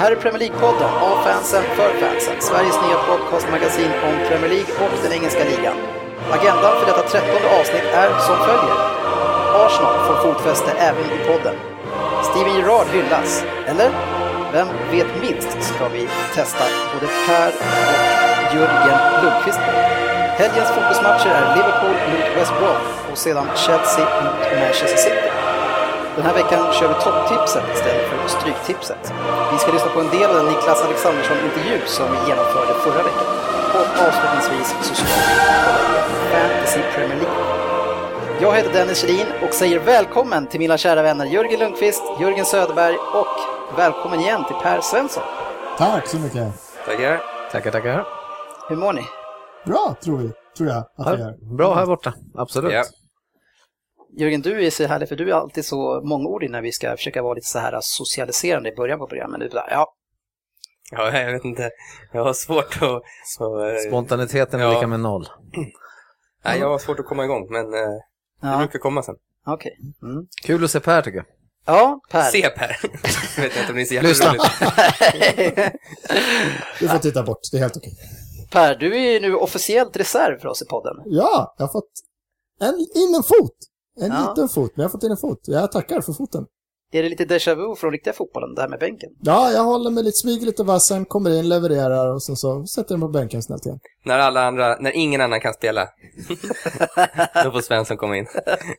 här är Premier League-podden av fansen för fansen. Sveriges nya podcastmagasin om Premier League och den engelska ligan. Agendan för detta 13:e avsnitt är som följer. Arsenal får fotfäste även i podden. Steven Gerrard hyllas. Eller? Vem vet minst ska vi testa både Per och Jörgen Lundqvist på. Helgens fokusmatcher är Liverpool mot West Brom och sedan Chelsea mot Manchester City. Den här veckan kör vi topptipset istället för stryktipset. Vi ska lyssna på en del av den Niklas Alexandersson-intervju som vi genomförde förra veckan. Och avslutningsvis så ska vi kolla igen Fantasy Premier League. Jag heter Dennis Kjellin och säger välkommen till mina kära vänner Jörgen Lundqvist, Jörgen Söderberg och välkommen igen till Per Svensson. Tack så mycket. Tackar. Hur mår ni? Bra, tror jag att vi är. Bra här borta, absolut. Ja. Jörgen, du är så härlig för du är alltid så mångordig när vi ska försöka vara lite så här socialiserande i början på programmet. Du där, Ja, jag vet inte. Jag har svårt att... Spontaniteten är lika med 0. Nej, jag har svårt att komma igång, men det brukar komma sen. Okej. Kul att se Per, tycker jag. Ja, Per. Se Per. Jag vet inte om ni ser Lyssna. Du får titta bort, det är helt okej. Per, du är ju nu officiellt reserv för oss i podden. Ja, jag har fått in en fot. En Ja. liten fot, men jag har fått in en fot. Jag tackar för foten. Är det lite déjà vu från riktiga fotbollen, det här med bänken? Ja, jag håller mig lite, smyger lite vassen, kommer in, levererar och sen så sätter jag mig på bänken snällt igen. När ingen annan kan spela. Då får Svensson komma in.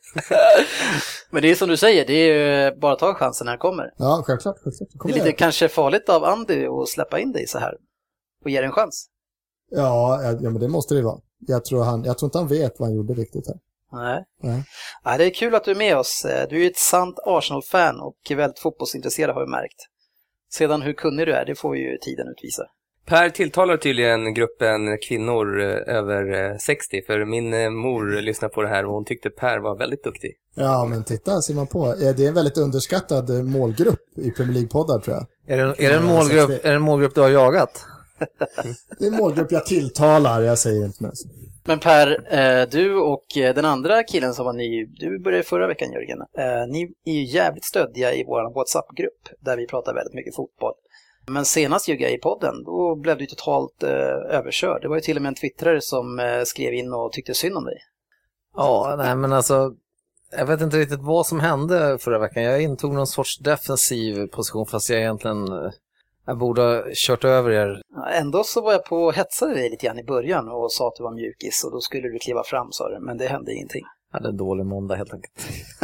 Men det är som du säger, det är ju bara att ta chansen när det kommer. Ja, självklart. Det är lite kanske farligt av Andy att släppa in dig så här och ge dig en chans. Ja, men det måste det vara. Jag tror inte han vet vad han gjorde riktigt här. Nej. Nej. Ja, det är kul att du är med oss. Du är ju ett sant Arsenal-fan och väldigt fotbollsintresserad har vi märkt. Sedan hur kunnig du är, det får ju tiden utvisa. Per tilltalar tydligen gruppen kvinnor över 60, för min mor lyssnar på det här och hon tyckte Per var väldigt duktig. Ja, men titta, ser man på. Det är en väldigt underskattad målgrupp i Premier League-poddar, tror jag. Är det en målgrupp du har jagat? Det är en målgrupp jag tilltalar, jag säger inte mer. Men Per, du och den andra killen som var ny, du började förra veckan Jörgen, ni är ju jävligt stöddiga i vår WhatsApp-grupp där vi pratar väldigt mycket fotboll. Men senast Jörgen i podden, då blev du totalt överkörd. Det var ju till och med en twittrare som skrev in och tyckte synd om dig. Ja, nej men alltså, jag vet inte riktigt vad som hände förra veckan. Jag intog någon sorts defensiv position fast jag borde ha kört över er. Ändå så var jag på och hetsade dig lite grann i början och sa att du var mjukis och då skulle du kliva fram, sa du, men det hände ingenting. Jag hade en dålig måndag helt enkelt.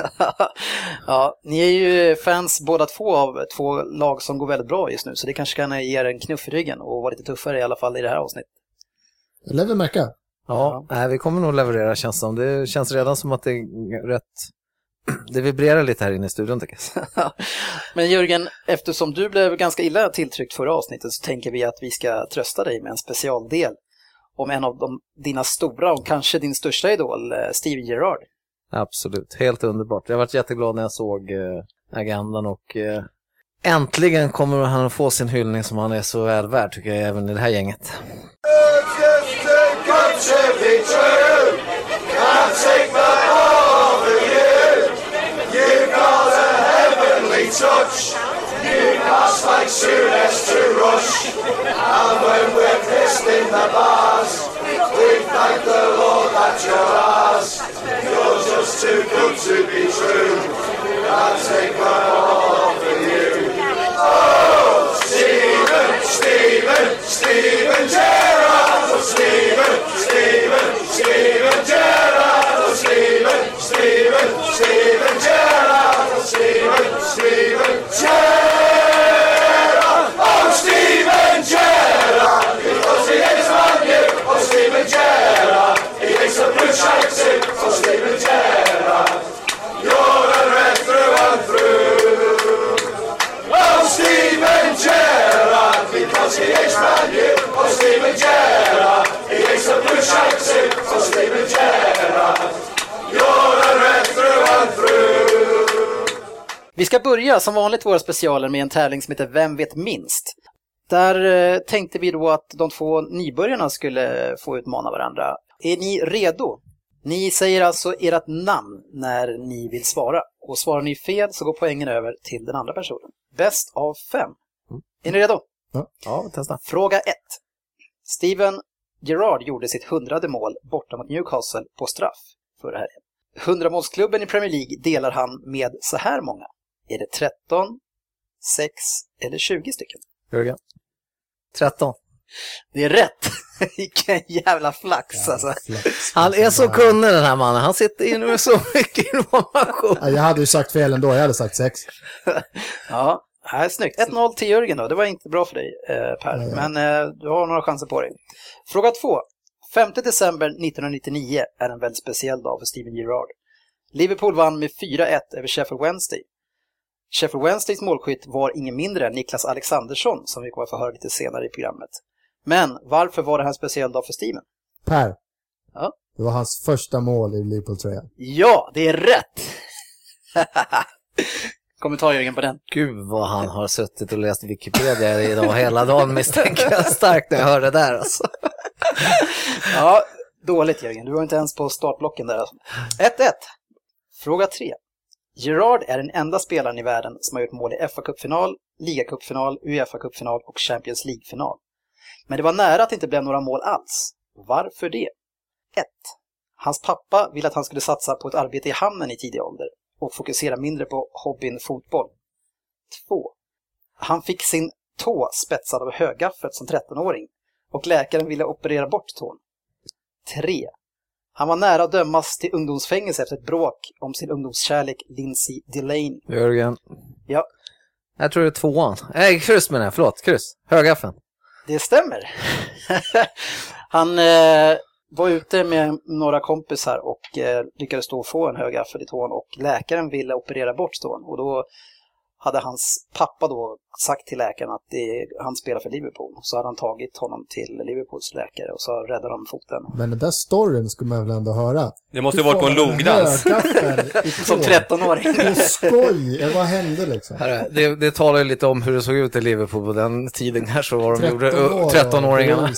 Ja, ni är ju fans båda två av två lag som går väldigt bra just nu, så det kanske kan ge er en knuff i ryggen och vara lite tuffare i alla fall i det här avsnittet. Det lär vi märka. Ja, nej, vi kommer nog leverera, känns som. Det känns redan som att det är rätt... Det vibrerar lite här inne i studion, tycker jag. Men Jörgen, eftersom du blev ganska illa tilltryckt förra avsnittet så tänker vi att vi ska trösta dig med en specialdel om en av dina stora och kanske din största idol, Steven Gerrard. Absolut, helt underbart. Jag har varit jätteglad när jag såg agendan och äntligen kommer han att få sin hyllning som han är så väl värd, tycker jag, även i det här gänget. Touch, you pass like soonest to rush, and when we're pissed in the bars, we thank the Lord that you're ours. You're just too good to be true, I'll take my all for you. Oh, Steven, Steven, Steven Gerrard, oh, Steven, Steven, Steven Gerrard, oh, Steven, Steven, Steven Gerrard, oh, Steven, Steven Gerrard, oh Steven Gerrard, because he is on you, oh Steven Gerrard, he makes a blue shine sing, oh Steven Gerrard, you're a red through and through, oh Steven Gerrard, because he is on you, oh Steven Gerrard, he makes a blue shine sing, oh Steven Gerrard, you're a red through and through. Vi ska börja som vanligt våra specialer med en tävling som heter Vem vet minst? Där tänkte vi då att de två nybörjarna skulle få utmana varandra. Är ni redo? Ni säger alltså ert namn när ni vill svara. Och svarar ni fel så går poängen över till den andra personen. Bäst av 5. Är ni redo? Ja, testa. Fråga 1. Steven Gerrard gjorde sitt 100:e mål borta mot Newcastle på straff förra helgen. 100-målsklubben i Premier League delar han med så här många. Är det 13, 6 eller 20 stycken? Jörgen. 13. Det är rätt. Vilken jävla flax alltså. Han är så kunnig den här mannen. Han sitter inne med så mycket information. Ja, jag hade ju sagt fel ändå, jag hade sagt 6. Ja, här är snyggt. 1-0 till Jörgen då. Det var inte bra för dig, Per. Ja. Men du har några chanser på dig. Fråga 2. 5 december 1999 är en väldigt speciell dag för Steven Gerrard. Liverpool vann med 4-1 över Sheffield Wednesday. Sheffield Wednesdays målskytt var ingen mindre än Niklas Alexandersson, som vi kommer att få höra lite senare i programmet. Men varför var det här en speciell dag för Steven? Per. Ja. Det var hans första mål i Liverpool-tröjan. Ja, det är rätt! Kommentar Jörgen på den. Gud vad han har suttit och läst Wikipedia idag hela dagen, misstänker jag starkt när jag hörde det där alltså. Ja, dåligt Jörgen. Du var inte ens på startblocken där alltså. 1-1. Fråga 3. Gerrard är den enda spelaren i världen som har gjort mål i FA-cupfinal, Liga-cupfinal, UEFA-cupfinal och Champions League-final. Men det var nära att det inte blev några mål alls. Varför det? 1. Hans pappa ville att han skulle satsa på ett arbete i hamnen i tidig ålder och fokusera mindre på hobbyn fotboll. 2. Han fick sin tå spetsad av högaffet som 13-åring och läkaren ville operera bort tån. 3. Han var nära att dömas till ungdomsfängelse efter ett bråk om sin ungdomskärlek Lindsay Delaney. Jörgen. Ja, Jag tror det är 2:an. Nej, kryss menar jag. Förlåt, kryss. Högaffen. det stämmer. Han var ute med några kompisar och lyckades då få en högaffel i tån och läkaren ville operera bort tån. Och då hade hans pappa då sagt till läkaren att han spelar för Liverpool. Så hade han tagit honom till Liverpools läkare och så räddade de foten. Men den där storyn skulle man väl ändå höra. Det måste ju varit på en logdans. Som 13-åring. Skoj, vad hände liksom? Det talar ju lite om hur det såg ut i Liverpool på den tiden. Kanske var de gjorde 13-åringarna.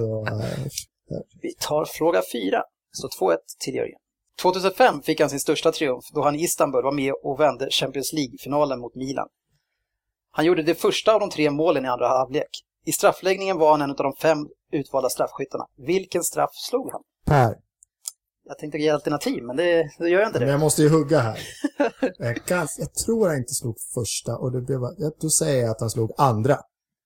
Vi tar fråga 4. Så 2-1 till Jörgen. 2005 fick han sin största triumf då han i Istanbul var med och vände Champions League-finalen mot Milan. Han gjorde det första av de 3 målen i andra halvlek. I straffläggningen var han en av de 5 utvalda straffskyttarna. Vilken straff slog han? Per. Jag tänkte ge alternativ, men det gör jag inte det. Men jag måste ju hugga här. Jag tror han inte slog första och då säger jag att han slog andra.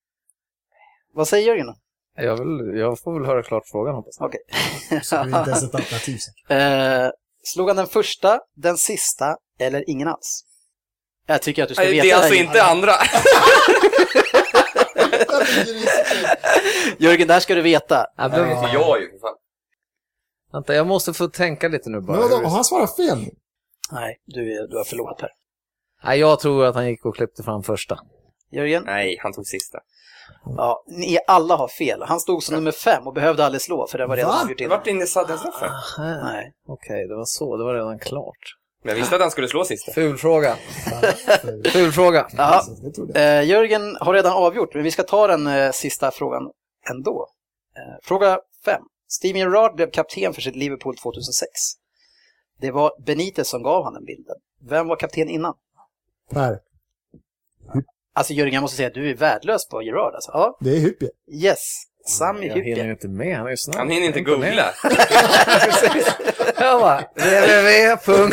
Vad säger Jörgen då? Jag får väl höra klart frågan, hoppas jag. Okej. Så det är inte ens ett alternativ. Slog han den första, den sista eller ingen alls? Jag tycker att du ska veta. Det är alltså inte andra. Jörgen, där ska du veta. Det vet jag ju för fan. Vänta, jag måste få tänka lite nu bara. Men vadå, han svarar fel nu. Nej, du har förlorat här. Nej, jag tror att han gick och klippte fram första. Jörgen? Nej, han tog sista. Ja, ni alla har fel. Han stod som nummer 5 och behövde aldrig slå för det var redan avgjort Det innan. vart inne i saddenstraffen. Nej. Okej, det var så. Det var redan klart. Men jag visste att han skulle slå sista. Ful fråga. Ful fråga. Ja, Det trodde jag. Jörgen har redan avgjort, men vi ska ta den sista frågan ändå. Fråga 5. Steven Gerrard blev kapten för sitt Liverpool 2006. Det var Benitez som gav han den bilden. Vem var kapten innan? Per. Alltså Jörgen, jag måste säga att du är värdelös på Gerrard. Alltså. Ja, Det är Hyppie. yes. Sami Jag hinner ju Hyppie. inte med, han är ju snabb. Han hinner inte googla. Jag bara, www.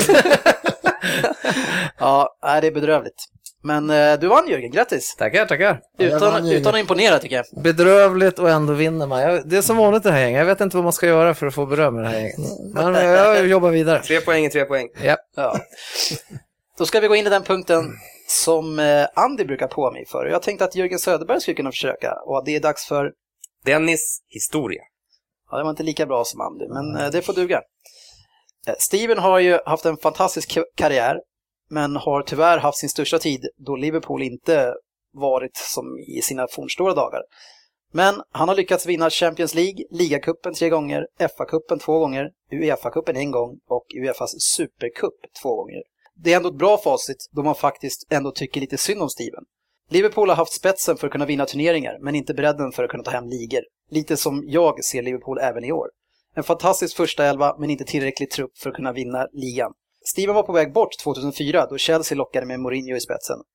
Ja, det är bedrövligt. Men du vann Jörgen, grattis. Tackar. Utan att imponera tycker jag. Bedrövligt och ändå vinner man. Det är som vanligt det här gänget. Jag vet inte vad man ska göra för att få beröm i det här gänget. Men jag jobbar vidare. 3 poäng är 3 poäng. Ja. Då ska vi gå in i den punkten som Andy brukar på mig för. Jag tänkte att Jörgen Söderberg skulle kunna försöka. Och det är dags för... Dennis historia. Ja, det var inte lika bra som Andy, men det får duga. Steven har ju haft en fantastisk karriär, men har tyvärr haft sin största tid då Liverpool inte varit som i sina fornstora dagar. Men han har lyckats vinna Champions League, Ligacupen 3 gånger, FA-cupen 2 gånger, UEFA-cupen 1 gång och UEFAs Supercup 2 gånger. Det är ändå ett bra facit då man faktiskt ändå tycker lite synd om Steven. Liverpool har haft spetsen för att kunna vinna turneringar, men inte bredden för att kunna ta hem ligor. Lite som jag ser Liverpool även i år. En fantastisk första 11, men inte tillräcklig trupp för att kunna vinna ligan. Steven var på väg bort 2004 då Chelsea lockade med Mourinho i spetsen.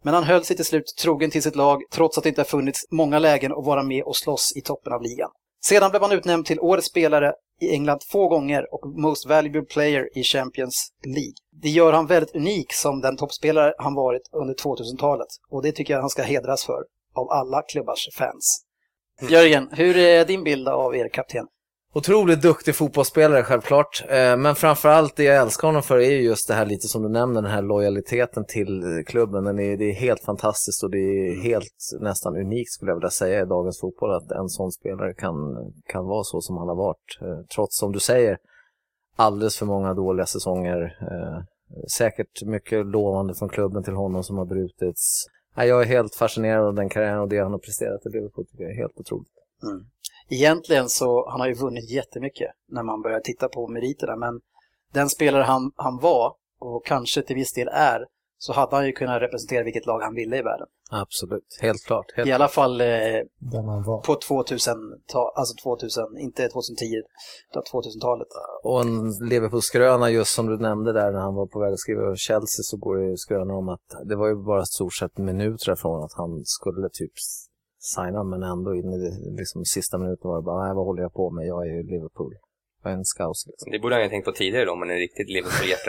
Men han höll sig till slut trogen till sitt lag trots att det inte har funnits många lägen att vara med och slåss i toppen av ligan. Sedan blev han utnämnd till årets spelare i England 2 gånger och Most Valuable Player i Champions League. Det gör han väldigt unik som den toppspelare han varit under 2000-talet. Och det tycker jag han ska hedras för av alla klubbars fans. Jörgen, hur är din bild av er kapten? Otroligt duktig fotbollsspelare självklart, men framförallt det jag älskar honom för är ju just det här lite som du nämnde, den här lojaliteten till klubben. Det är helt fantastiskt och det är helt nästan unikt skulle jag vilja säga i dagens fotboll att en sån spelare kan vara så som han har varit. Trots som du säger, alldeles för många dåliga säsonger. Säkert mycket lovande från klubben till honom som har brutits. Jag är helt fascinerad av den karriären och det han har presterat i Liverpool tycker jag är helt otroligt. Mm. Egentligen så han har ju vunnit jättemycket när man börjar titta på meriterna, men den spelare han var och kanske till viss del är, så hade han ju kunnat representera vilket lag han ville i världen. Absolut, helt klart. I alla fall där man var. På 2000, inte 2010 utan 2000-talet. Och en Liverpool-skröna just som du nämnde där när han var på väg att skriva Chelsea, så går det ju skröna om att det var ju bara stort sett minuter från att han skulle typ signa, men ändå in i liksom sista minuten var det bara, nej, vad håller jag på med? Jag är ju Liverpool. Jag är en scout. Liksom. Det borde han ju tänkt på tidigare då, men en riktigt Liverpool-hjärta.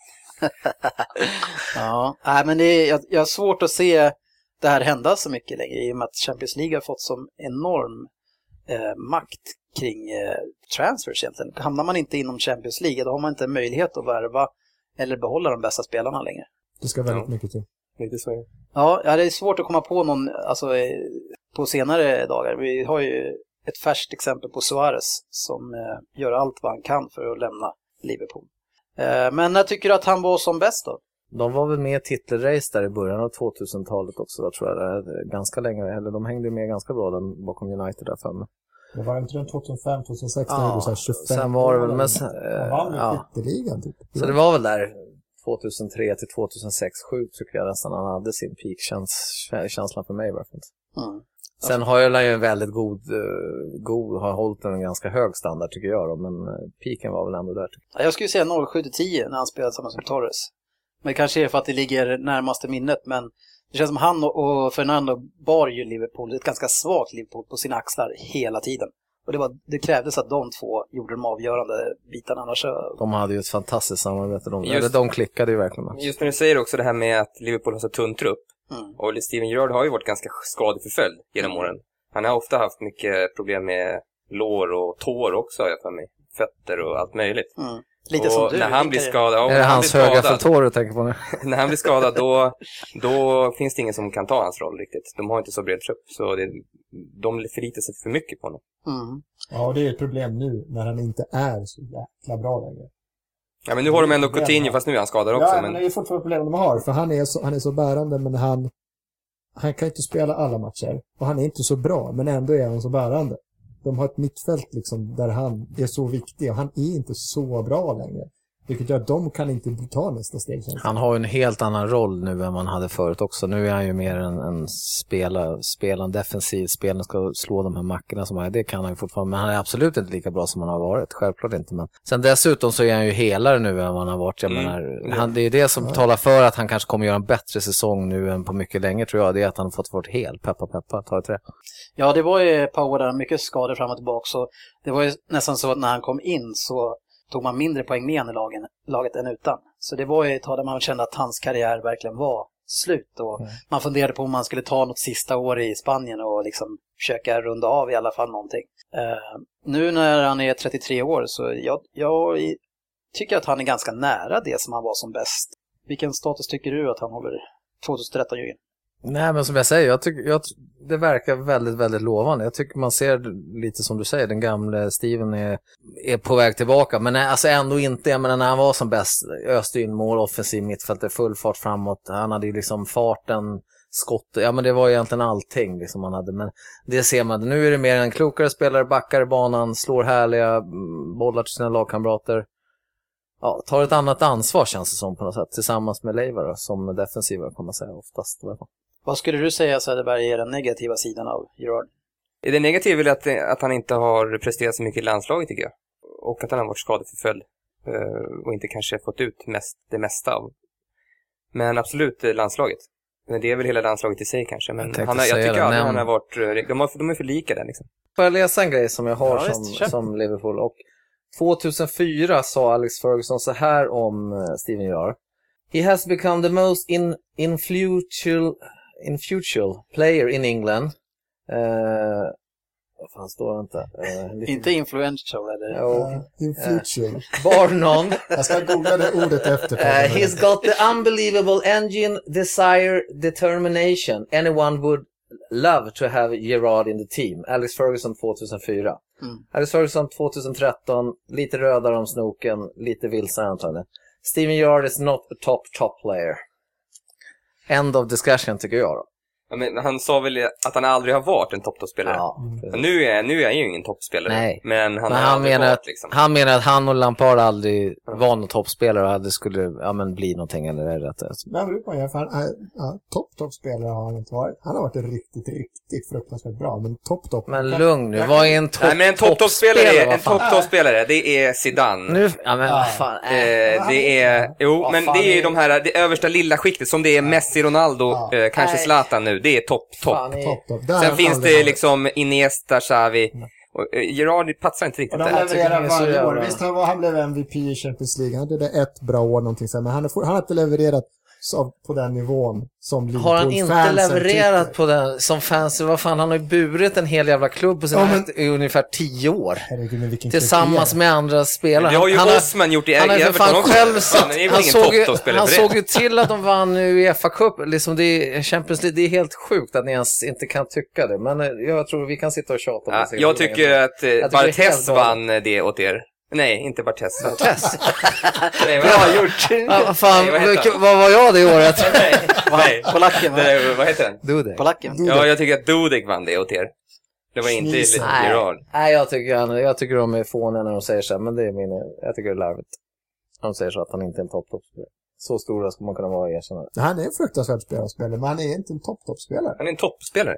Ja, nej, men jag har svårt att se det här hända så mycket längre i och med att Champions League har fått som enorm makt kring transfers egentligen. Hamnar man inte inom Champions League, då har man inte möjlighet att värva eller behålla de bästa spelarna längre. Det ska väldigt mycket till. Lite så. Ja, det är svårt att komma på någon på senare dagar. Vi har ju ett färskt exempel på Suarez som gör allt vad han kan för att lämna Liverpool. Men jag tycker att han var som bäst då. De var väl med i titelrace där i början av 2000-talet också, då, tror jag. Ganska länge, eller de hängde med ganska bra där bakom United där för mig. Det var inte den 2005, 2006, ja, så här 25 sen var det väl med skytteligan typ. Så det var väl där 2003 till 2006, 7 tycker jag nästan han hade sin peak-känslan för mig i alla fall. Mm. Sen har jag ju en väldigt har hållit en ganska hög standard tycker jag då, men peaken var väl ändå där. Jag skulle säga 07-10 när han spelade tillsammans med Torres. Men kanske är för att det ligger närmaste minnet, men det känns som han och Fernando bar ju Liverpool, ett ganska svagt Liverpool på sina axlar hela tiden. Och det krävdes att de två gjorde de avgörande bitarna, annars. De hade ju ett fantastiskt samarbete, de klickade ju verkligen. Just när du säger också det här med att Liverpool har så tunn trupp. Och Steven Gerrard har ju varit ganska skadeförföljd genom åren. Han har ofta haft mycket problem med lår och tår också, har jag för mig. Fötter och allt möjligt. Lite och som du. När han blir skadad, är det hans höga fötter du tänker på nu? När han blir skadad då finns det ingen som kan ta hans roll riktigt. De har inte så bred trupp, så de förlitar sig för mycket på honom. Ja, det är ett problem nu när han inte är så jäkla bra längre. Ja, men nu har de ändå Coutinho, fast nu är han skadad också. Ja, men det är fortfarande problem de har, för han är så bärande, men han kan inte spela alla matcher. Och han är inte så bra, men ändå är han så bärande. De har ett mittfält liksom, där han är så viktig, och han är inte så bra längre. Vilket gör att de kan inte ta nästa steg. Han har ju en helt annan roll nu än man hade förut också. Nu är han ju mer en defensiv spelare, ska slå de här mackorna som han är. Det kan han ju fortfarande, men han är absolut inte lika bra som han har varit. Självklart inte, men sen dessutom så är han ju helare nu än vad han har varit. Jag menar, det är det som talar för att han kanske kommer göra en bättre säsong nu än på mycket länge, tror jag. Det är att han har fått vara hel. Peppa, ta ett trä. Ja, det var ju Power där, mycket skador fram och tillbaka. Så det var ju nästan så att när han kom in så tog man mindre poäng med i laget än utan. Så det var ju ett tag där man kände att hans karriär verkligen var slut. Och man funderade på om man skulle ta något sista år i Spanien och liksom försöka runda av i alla fall någonting. Nu när han är 33 år så jag tycker att han är ganska nära det som han var som bäst. Vilken status tycker du att han håller 2013, Jürgen? Nej, men som jag säger, jag tycker det verkar väldigt, väldigt lovande. Jag tycker man ser lite som du säger, den gamla Steven är på väg tillbaka. Men alltså ändå inte, jag menar, när han var som bäst, öste in mål, offensiv mittfält, full fart framåt. Han hade ju liksom farten, skott, ja men det var egentligen allting liksom han hade. Men det ser man, nu är det mer en klokare spelare, backar i banan, slår härliga bollar till sina lagkamrater. Ja, tar ett annat ansvar känns det som på något sätt, tillsammans med Leiva då, som defensiva kan man säga oftast. Vad skulle du säga, Söderberg, är den negativa sidan av Gerrard? Det negativa är att han inte har presterat så mycket i landslaget, tycker jag. Och att han har varit skadeförföljd och inte kanske fått ut det mesta av. Men absolut landslaget. Men det är väl hela landslaget i sig kanske. Men jag säga tycker det, aldrig han har varit... De är för lika där liksom. Får jag läsa en grej som jag har visst, som Liverpool? Och 2004 sa Alex Ferguson så här om Steven Gerrard. He has become the most influential player in England. Vad fan står det inte? Inte influential eller? Influential. Bar none. Jag ska googla det ordet efter. He's got the unbelievable engine, desire, determination. Anyone would love to have Gerrard in the team. Alex Ferguson 2004. Alex Ferguson 2013. Lite rödare om snoken. Lite vilsare antagligen. Steven Gerrard is not a top player. End of discussion tycker jag då. Ja, men han sa väl att han aldrig har varit en toppspelare. Ja, nu är han ju ingen toppspelare. Nej. Men han menar varit, liksom. Han menar att han och Lampard aldrig var någon toppspelare och det skulle bli någonting eller är det rätt? Men beror på toppspelare har han inte varit. Han har varit riktigt fruktansvärt bra, men topp. Men lugn nu, vad är en toppspelare? Det är Zidane. Nu, fan. Det är men det är ju de här det översta lilla skiktet som det är Messi, Ronaldo, kanske Zlatan nu. Det är topp. Sen finns det liksom Iniesta, Xavi och Gerrard passar inte riktigt där. Visst han blev MVP i Champions League. Han hade ett bra år någonting så, men han har inte levererat på den nivån som Liverpool. Har han inte levererat på den som fans? Vad fan, han har ju burit en hel jävla klubb på i ungefär 10 år. Herregud, tillsammans med andra spelare. Det har ju Osman gjort i Everton också. Han såg ju till att de vann UEFA Cup. Liksom det är Champions League. Det är helt sjukt att ni ens inte kan tycka det. Men jag tror vi kan sitta och tjata om det. Jag tycker att Barthez vann det åt er. Nej, inte Barthez. Nej, bra gjort. Vad var jag det året? Nej. Polacken, vad heter den? Dudek. Polacken. Ja, jag tycker att Dudek vann det åt er. Det var inte lite Gerrard. Nej, jag tycker de är fåniga när de säger så här, men det är jag tycker det är larvigt. De säger så att han inte är en toppspelare. Så stora ska man kunna vara och erkänna. Han är en fruktansvärt spelare, men han är inte en toppspelare. Han är en toppspelare.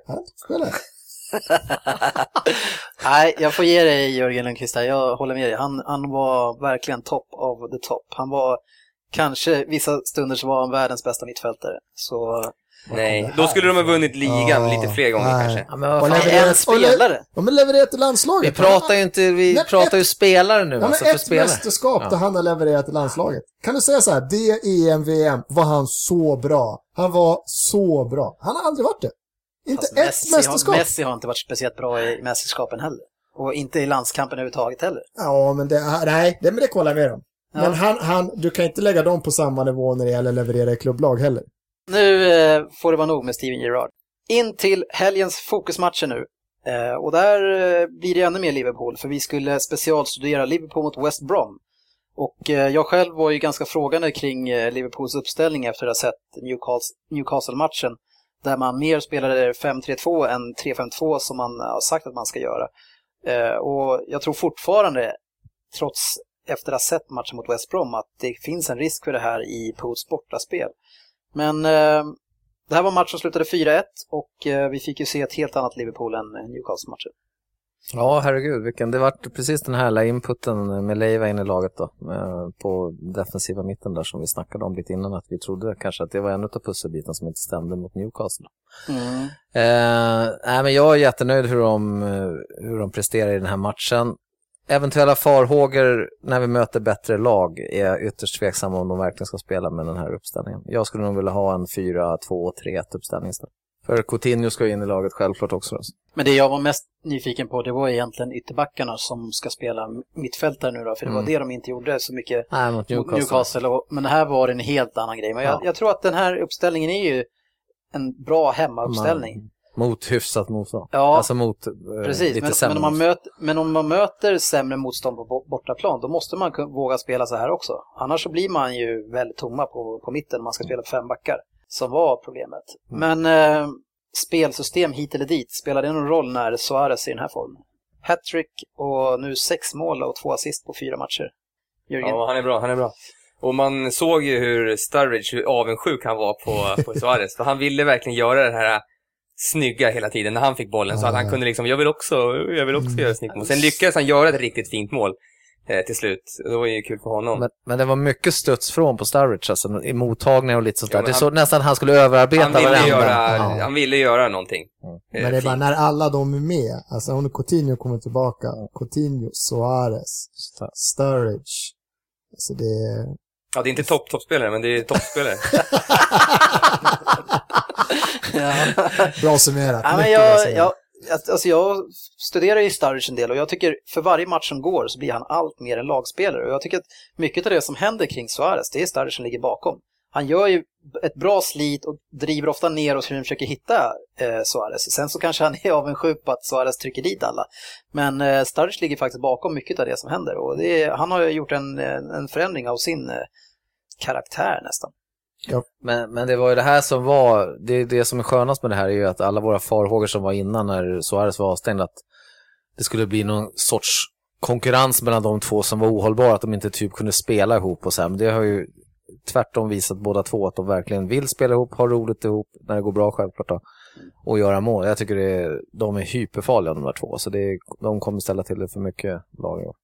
Nej, jag får ge dig Jörgen Lundqvist här. Jag håller med dig. Han var verkligen top of the top. Han var kanske vissa stunder så var han världens bästa mittfältare. Så nej, då skulle de ha vunnit ligan lite fler gånger kanske. Ja, men vad fan, en spelare. De har levererat till landslaget. Vi pratar ju spelare nu. Ja, alltså, ett mästerskap där han har levererat till landslaget. Kan du säga så här, det EM, VM var han så bra. Han var så bra. Han har aldrig varit det. Inte ett mästerskap. Messi har inte varit speciellt bra i mästerskapen heller. Och inte i landskampen överhuvudtaget heller. Ja, men det kollar jag med dem. Ja. Men du kan inte lägga dem på samma nivå när det gäller leverera i klubblag heller. Nu får det vara nog med Steven Gerrard. In till helgens fokusmatcher nu. Och där blir det ännu mer Liverpool. För vi skulle specialstudera Liverpool mot West Brom. Och jag själv var ju ganska frågande kring Liverpools uppställning efter att ha sett Newcastle-matchen. Där man mer spelade 5-3-2 än 3-5-2 som man har sagt att man ska göra. Och jag tror fortfarande, trots efter att ha sett matchen mot West Brom, att det finns en risk för det här i Pools bortaspel. Men det här var matchen som slutade 4-1 och vi fick ju se ett helt annat Liverpool än Newcastle-matchen. Ja, herregud. Det var precis den här inputen med Leiva in i laget då, på defensiva mitten där som vi snackade om lite innan, att vi trodde kanske att det var en av pusselbiten som inte stämde mot Newcastle. Men jag är jättenöjd hur de presterar i den här matchen. Eventuella farhågor när vi möter bättre lag är jag ytterst tveksam om de verkligen ska spela med den här uppställningen. Jag skulle nog vilja ha en 4-2-3-1 uppställning istället. För Coutinho ska in i laget självklart också. Men det jag var mest nyfiken på, det var egentligen ytterbackarna som ska spela mittfältare nu då. För det var det de inte gjorde så mycket mot Newcastle. Men här var det en helt annan grej. Men jag tror att den här uppställningen är ju en bra hemmauppställning. Mot hyfsat motstånd. Ja, alltså mot precis. Lite sämre. Men om man möter sämre motstånd på bortaplan, då måste man våga spela så här också. Annars så blir man ju väldigt tomma på mitten om man ska spela 5 backar. Som var problemet. Men spelsystem hit eller dit, spelar det någon roll när Suarez är i den här formen? Hattrick och nu 6 mål och 2 assist på 4 matcher. Jürgen? Ja, han är bra. Och man såg ju hur Sturridge, hur avundsjuk han var på Suarez. För han ville verkligen göra det här snygga hela tiden när han fick bollen. Så att han kunde liksom, jag vill också göra snyggt mål. Sen lyckades han göra ett riktigt fint mål. till slut. Det var ju kul för honom. Men det var mycket studs från på Sturridge, alltså, i mottagning och lite sånt där. Det så nästan han skulle överarbeta han ville göra någonting. Men det är bara när alla de är med, alltså om Coutinho kommer tillbaka, Coutinho, Suarez, Sturridge, alltså det är... Ja, det är inte toppspelare, men det är toppspelare. Bra summerat. Ja, men jag studerar ju Sturridge en del och jag tycker för varje match som går så blir han allt mer en lagspelare. Och jag tycker att mycket av det som händer kring Suarez, det är Sturridge som ligger bakom. Han gör ju ett bra slit och driver ofta ner och försöker hitta Suarez. Sen så kanske han är avundsjuk på att Suarez trycker dit alla. Men Sturridge ligger faktiskt bakom mycket av det som händer. Och han har ju gjort en förändring av sin karaktär nästan. Ja. Men det var ju det här som var, det som är skönast med det här är ju att alla våra farhågor som var innan när Suarez var avstängd, att det skulle bli någon sorts konkurrens mellan de två som var ohållbara, att de inte typ kunde spela ihop och så här. Men det har ju tvärtom visat båda två att de verkligen vill spela ihop, ha roligt ihop när det går bra självklart då, och göra mål. Jag tycker de är hyperfarliga de där två, så de kommer ställa till det för mycket lag i år.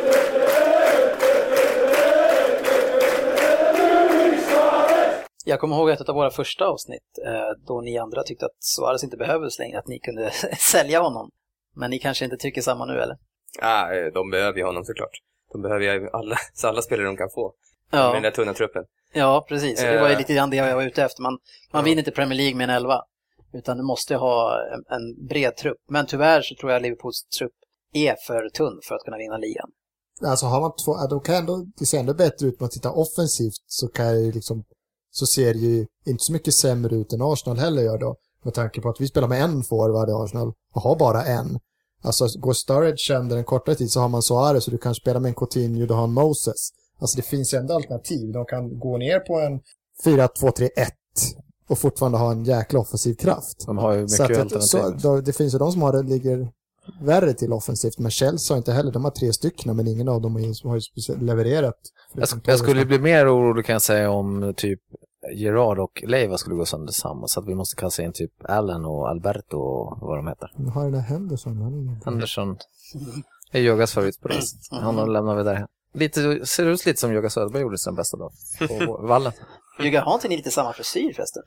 Jag kommer ihåg ett av våra första avsnitt då ni andra tyckte att Suarez inte behövdes längre, att ni kunde sälja honom. Men ni kanske inte tycker samma nu, eller? Ja, de behöver ju honom såklart. De behöver ju alla spelare de kan få. Ja. Med den där tunna truppen. Ja, precis. Det var ju lite grann det jag var ute efter. Man vinner inte Premier League med en 11. Utan du måste ha en bred trupp. Men tyvärr så tror jag Liverpools trupp är för tunn för att kunna vinna ligan. Alltså har man då kan det ser ändå bättre ut. Om man tittar offensivt så kan jag liksom, så ser det ju inte så mycket sämre ut än Arsenal heller gör då. Med tanke på att vi spelar med en forward i Arsenal och har bara en. Alltså går Sturridge under en kortare tid så har man Suarez, så du kan spela med en Coutinho, du har en Moses. Alltså det finns ju ändå alternativ. De kan gå ner på en 4-2-3-1 och fortfarande ha en jäkla offensiv kraft. De har ju mycket alternativ. Det finns ju de som ligger värre till offensivt. Men Chelsea har inte heller, de har 3 stycken, men ingen av dem har ju levererat. Jag skulle bli mer orolig kan jag säga om typ Gerard och Leiva skulle gå sönder samma, så att vi måste kasta in typ Allen och Alberto och vad de heter. Nu har den där Henderson är Joggas favorit på röst. Han lämnar vi där. Ser ut lite som Jogga Söderberg gjorde sin bästa dag på vallen. Jogga, har inte ni lite samma frisyr förresten?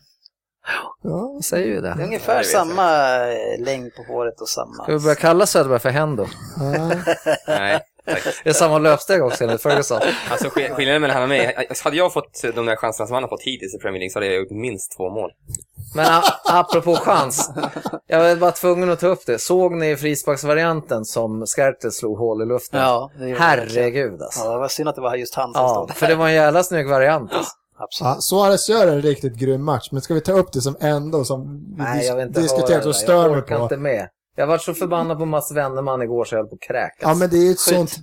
Ja, säger ju det. Det är ungefär samma längd på håret och samma... Ska vi börja kalla Söderberg för Hendo? Nej. Det är samma löpsteg också enligt Ferguson. Alltså skillnaden mellan han och mig, hade jag fått de där chanserna som han har fått hittills i Premier League så hade jag gjort minst 2 mål. Men apropå chans, jag var bara tvungen att ta upp det. Såg ni frisparksvarianten som Skertel slog hål i luften? Ja, herregud alltså. Ja, det var synd att det var just han som stod där. För det var en jävla snygg variant alltså. Ja, Suarez gör en riktigt grym match, men ska vi ta upp det som ändå som vi diskuterat och stör mig på? Jag inte med. Jag var så förbannad på Mats Wennerman igår så jag höll på att kräkas. Ja, men det är ju ett sånt...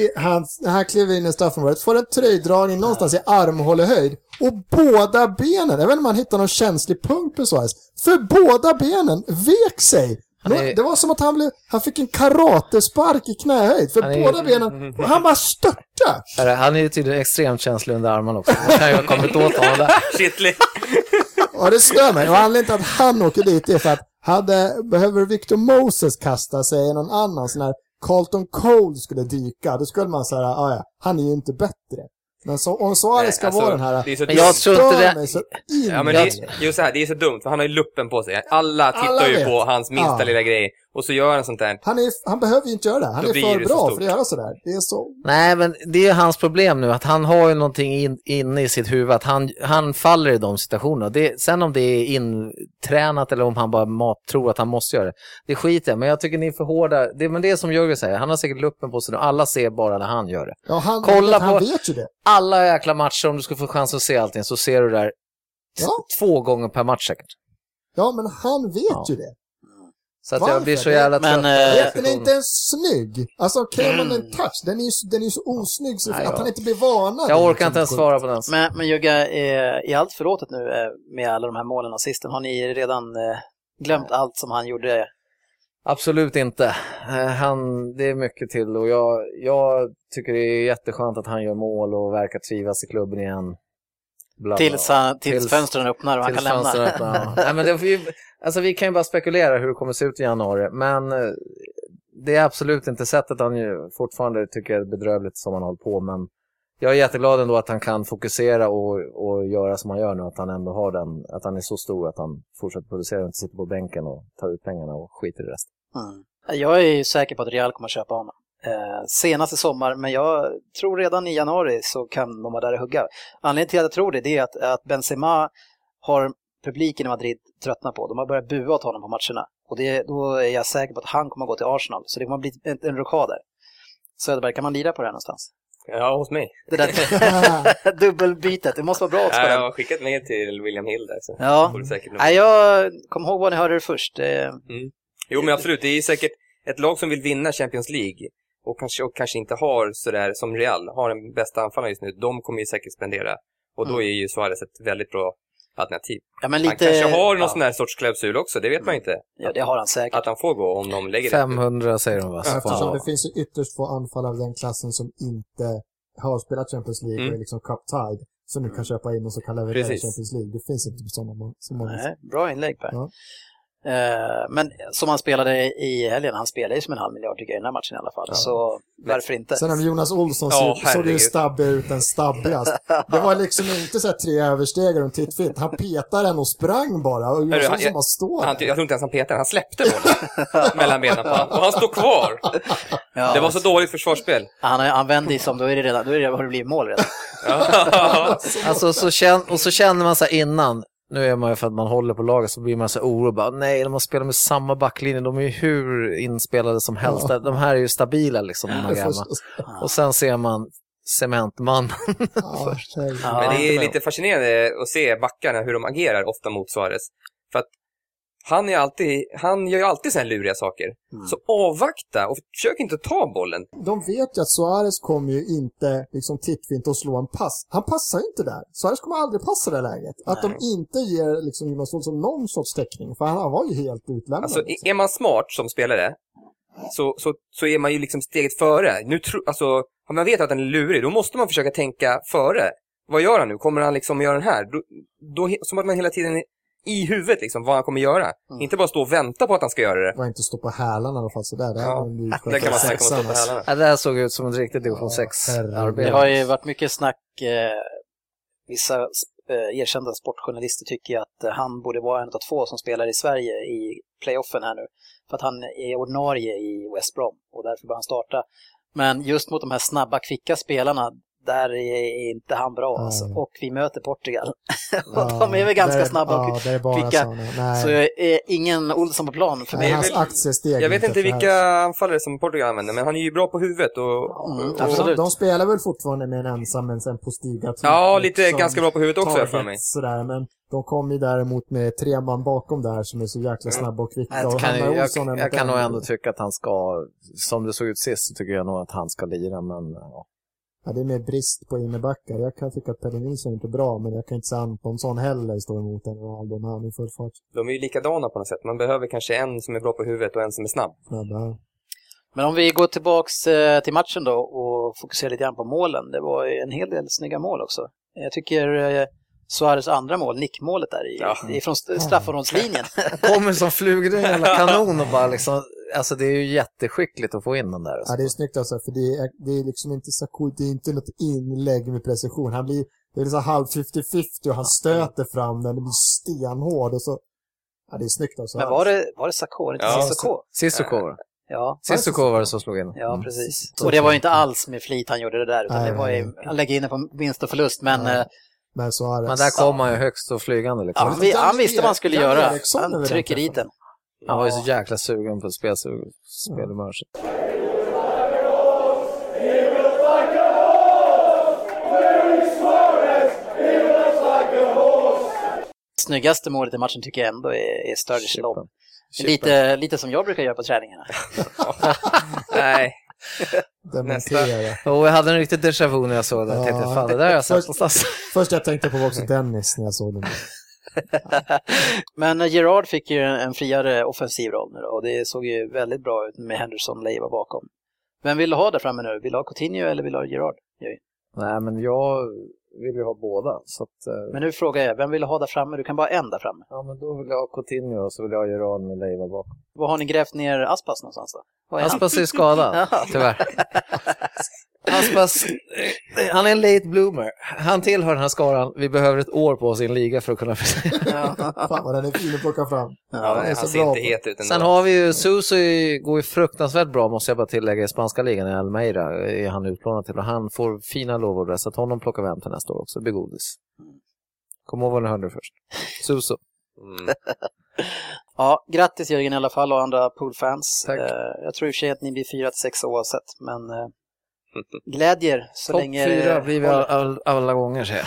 Han kliver in i straffområdet, får en tröjdragning någonstans i armhålehöjd och båda benen, jag vet inte om man hittar någon känslig punkt på Suarez, för båda benen vek sig. Det var som att han fick en karatespark i knähöjd, för båda benen, och han bara störtade. Han är ju tydligen extremt känslig under armarna också. Man kan ju ha kommit åt honom där. Shitly. Ja, det stör mig. Och anledningen till att han åker dit är för att behöver Victor Moses kasta sig i någon annan sån här Carlton Cole skulle dyka, då skulle man säga, han är ju inte bättre. Men om Suarez ska vara den här... Men jag tror inte det... Ja, men det är så dumt, för han har ju luppen på sig. Alla tittar ju på hans minsta lilla grej. Och så gör han sånt där. Han behöver ju inte göra det. Han är för bra för att göra sådär. Det är så... Nej, men det är hans problem nu. Att han har ju någonting inne i sitt huvud. Att han faller i de situationerna. Sen om det är intränat eller om han bara tror att han måste göra det. Det skiter jag. Men jag tycker ni är för hårda. Men det är som Jörgen säger. Han har säkert luppen på sig. Och alla ser bara när han gör det. Ja, han vet ju det. Alla jäkla matcher, om du ska få chans att se allting, så ser du där 2 gånger per match säkert. Ja, men han vet ju det. Så att jag blir så jävla trött. Den är inte ens snygg. Alltså, kräver man en touch, den är ju så osnygg så att han inte blir vanad. Jag orkar inte ens svara på den. Men Jugga, är allt förlåtet nu med alla de här målen och assisten? Har ni redan glömt allt som han gjorde? Absolut inte. Det är mycket till och jag tycker det är jätteskönt att han gör mål och verkar trivas i klubben igen. Tills fönstren öppnar och han kan lämna. Nej, men vi kan ju bara spekulera hur det kommer se ut i januari, men det är absolut inte sättet han ju fortfarande tycker är bedrövligt som han håller på, men jag är jätteglad ändå att han kan fokusera och göra som han gör nu, att han ändå har den, att han är så stor att han fortsätter producera och inte sitter på bänken och tar ut pengarna och skiter i resten. Jag är ju säker på att Real kommer att köpa honom senaste sommar, men jag tror redan i januari så kan de vara där och hugga. Anledningen till att jag tror det är att Benzema har publiken i Madrid tröttnat på. De har börjat bua åt honom på matcherna. Och då är jag säker på att han kommer att gå till Arsenal. Så det kommer att bli en rockad där. Söderberg, kan man lira på det här någonstans? Ja, hos mig. Det där dubbelbytet, det måste vara bra att spela. Jag har skickat ner till William Hill där. Så ja, får du säkert jag kom ihåg vad ni hörde det först. Jo, men absolut. Det är säkert ett lag som vill vinna Champions League och kanske inte har sådär som Real, har den bästa anfallaren just nu. De kommer ju säkert spendera. Och då är ju Suarez ett väldigt bra alternativ. Ja, men lite, han kanske har någon sån här sorts klausul också, det vet man inte. Ja, det har han säkert. Att han får gå om de lägger 500 det. Säger de, va? Eftersom det finns ju ytterst få anfall av den klassen som inte har spelat Champions League och är liksom cup-tied, som nu kan köpa in och så kan leverera Champions League. Det finns inte så många. Nej, bra inlägg, Per. Ja. Men som han spelade i helgen, han spelade ju som 500 miljoner tycker jag i den här matchen i alla fall. Ja. Så varför inte? Sen när Jonas Olsson såg ju stabbig ut en stabbigast. Det var liksom inte så här 3 överstegare och tittfitt. Han petade den och sprang bara. Och Jonas Olsson bara står. Jag tror inte ens han petade, han släppte bollen mellan benen på honom. Och han stod kvar. Det var så dåligt försvarsspel. Han vände som, då har det blivit mål redan. Alltså så känner man så här innan. Nu är man ju för att man håller på laget så blir man så oro. Bara, nej, de har spelat med samma backlinje. De är ju hur inspelade som helst. Ja. De här är ju stabila liksom. Och sen ser man cementmannen. Men det är lite fascinerande att se backarna hur de agerar ofta mot Suarez. För att han gör ju alltid såna här luriga saker. Så avvakta och försök inte ta bollen. De vet ju att Suarez kommer ju inte liksom tittfint och slå en pass. Han passar inte där. Suarez kommer aldrig passa det läget. Att de inte ger liksom Jonas Olsson någon sorts täckning. För han var ju helt utlämnad. Alltså är man smart som spelare så är man ju liksom steget före. Om man vet att han är lurig, då måste man försöka tänka före. Vad gör han nu? Kommer han liksom göra den här? Då som att man hela tiden i huvudet liksom, vad han kommer göra. Inte bara stå och vänta på att han ska göra det. Var inte stå på hälarna i alla fall sådär. Det kan man säga, stå på hälarna. Ja, det här såg ut som ett riktigt division 6-arbete. Det har ju varit mycket snack. Vissa erkända sportjournalister tycker att han borde vara en av 2 som spelar i Sverige i playoffen här nu. För att han är ordinarie i West Brom och därför bör han starta. Men just mot de här snabba, kvicka spelarna, där är inte han bra alltså. Och vi möter Portugal. Och de är väl ganska snabba och kvicka. Så är ingen Olsson på plan för mig. Jag vet inte vilka anfallare som Portugal använder, men han är ju bra på huvudet. Absolut. De spelar väl fortfarande med en ensam, men sen på stiga. Ja, lite ganska bra på huvudet också för mig. Sådär, men de kommer ju däremot med 3 man bakom där som är så jäkla snabba och kvicka. Jag kan nog ändå tycka att han ska, som det såg ut sist, så tycker jag nog att han ska lira, men ja, det är mer brist på innebackar. Jag kan tycka att Pelle Nilsson är inte bra, men jag kan inte säga Antonsson heller står emot en Ronaldo när han är full fart. De är ju likadana på något sätt. Man behöver kanske en som är bra på huvudet och en som är snabb. Snabba. Men om vi går tillbaks till matchen då och fokuserar lite grann på målen. Det var en hel del snygga mål också. Jag tycker Suarez andra mål, nickmålet där från straffområdslinjen. Kommer som flugor i en jävla kanon och bara liksom, alltså det är ju jätteskickligt att få in den där. Ja, det är snyggt alltså, för det är liksom inte så coolt, det är inte något inlägg med precision. Det är så halv 50-50 och han stöter fram den, det blir stenhård och så, ja, det är snyggt alltså. Men var det Sakho? Sissoko. Ja. Sissoko var det som slog in. Ja, precis. Och det var ju inte alls med flit han gjorde det där, utan det var ju, han lägger in det på vinst och förlust, men men där kom han ju högst och flygande liksom. Ja, han visste vad han skulle göra. Han trycker dit den. Han var ju så jäkla sugen på spelmörset. Snyggaste målet i matchen tycker jag ändå är Sturridge lobb. Lite som jag brukar göra på träningarna. Nej. Och jag hade en riktigt déjà vu när jag såg det. Det där har jag sett någonstans. Först jag tänkte på också Dennis när jag såg den. Men Gerard fick ju en friare offensiv roll nu då, och det såg ju väldigt bra ut med Henderson Leiva bakom. Vem vill du ha där framme nu? Vill du ha Coutinho eller vill du ha Gerard? Nej, men jag vill ju ha båda. Så att, Men nu frågar jag, vem vill du ha där framme? Du kan bara en där framme. Ja, men då vill jag ha Coutinho och så vill jag ha Gerard med Leiva bakom. Var har ni grävt ner Aspas någonstans då? Aspas är skadad, tyvärr. Aspas, han är en late bloomer. Han tillhör den här skaran. Vi behöver ett år på oss i en liga för att kunna... Fan vad den är fin att plocka fram. Ja, han ser inte het ut ändå. Sen har vi ju Suso, går ju fruktansvärt bra, måste jag bara tillägga, i spanska ligan i Almeida är han utlånad till. Och han får fina lovord, så att honom plockar vi hem till nästa år också. Det blir godis. Kom ihåg vad ni hörde först. Suso. Ja, grattis Jörgen i alla fall och andra poolfans. Tack. Jag tror i och för sig att ni blir 4-6 oavsett, men glädjer så Topp länge... 4 blir vi alla gånger, säger jag.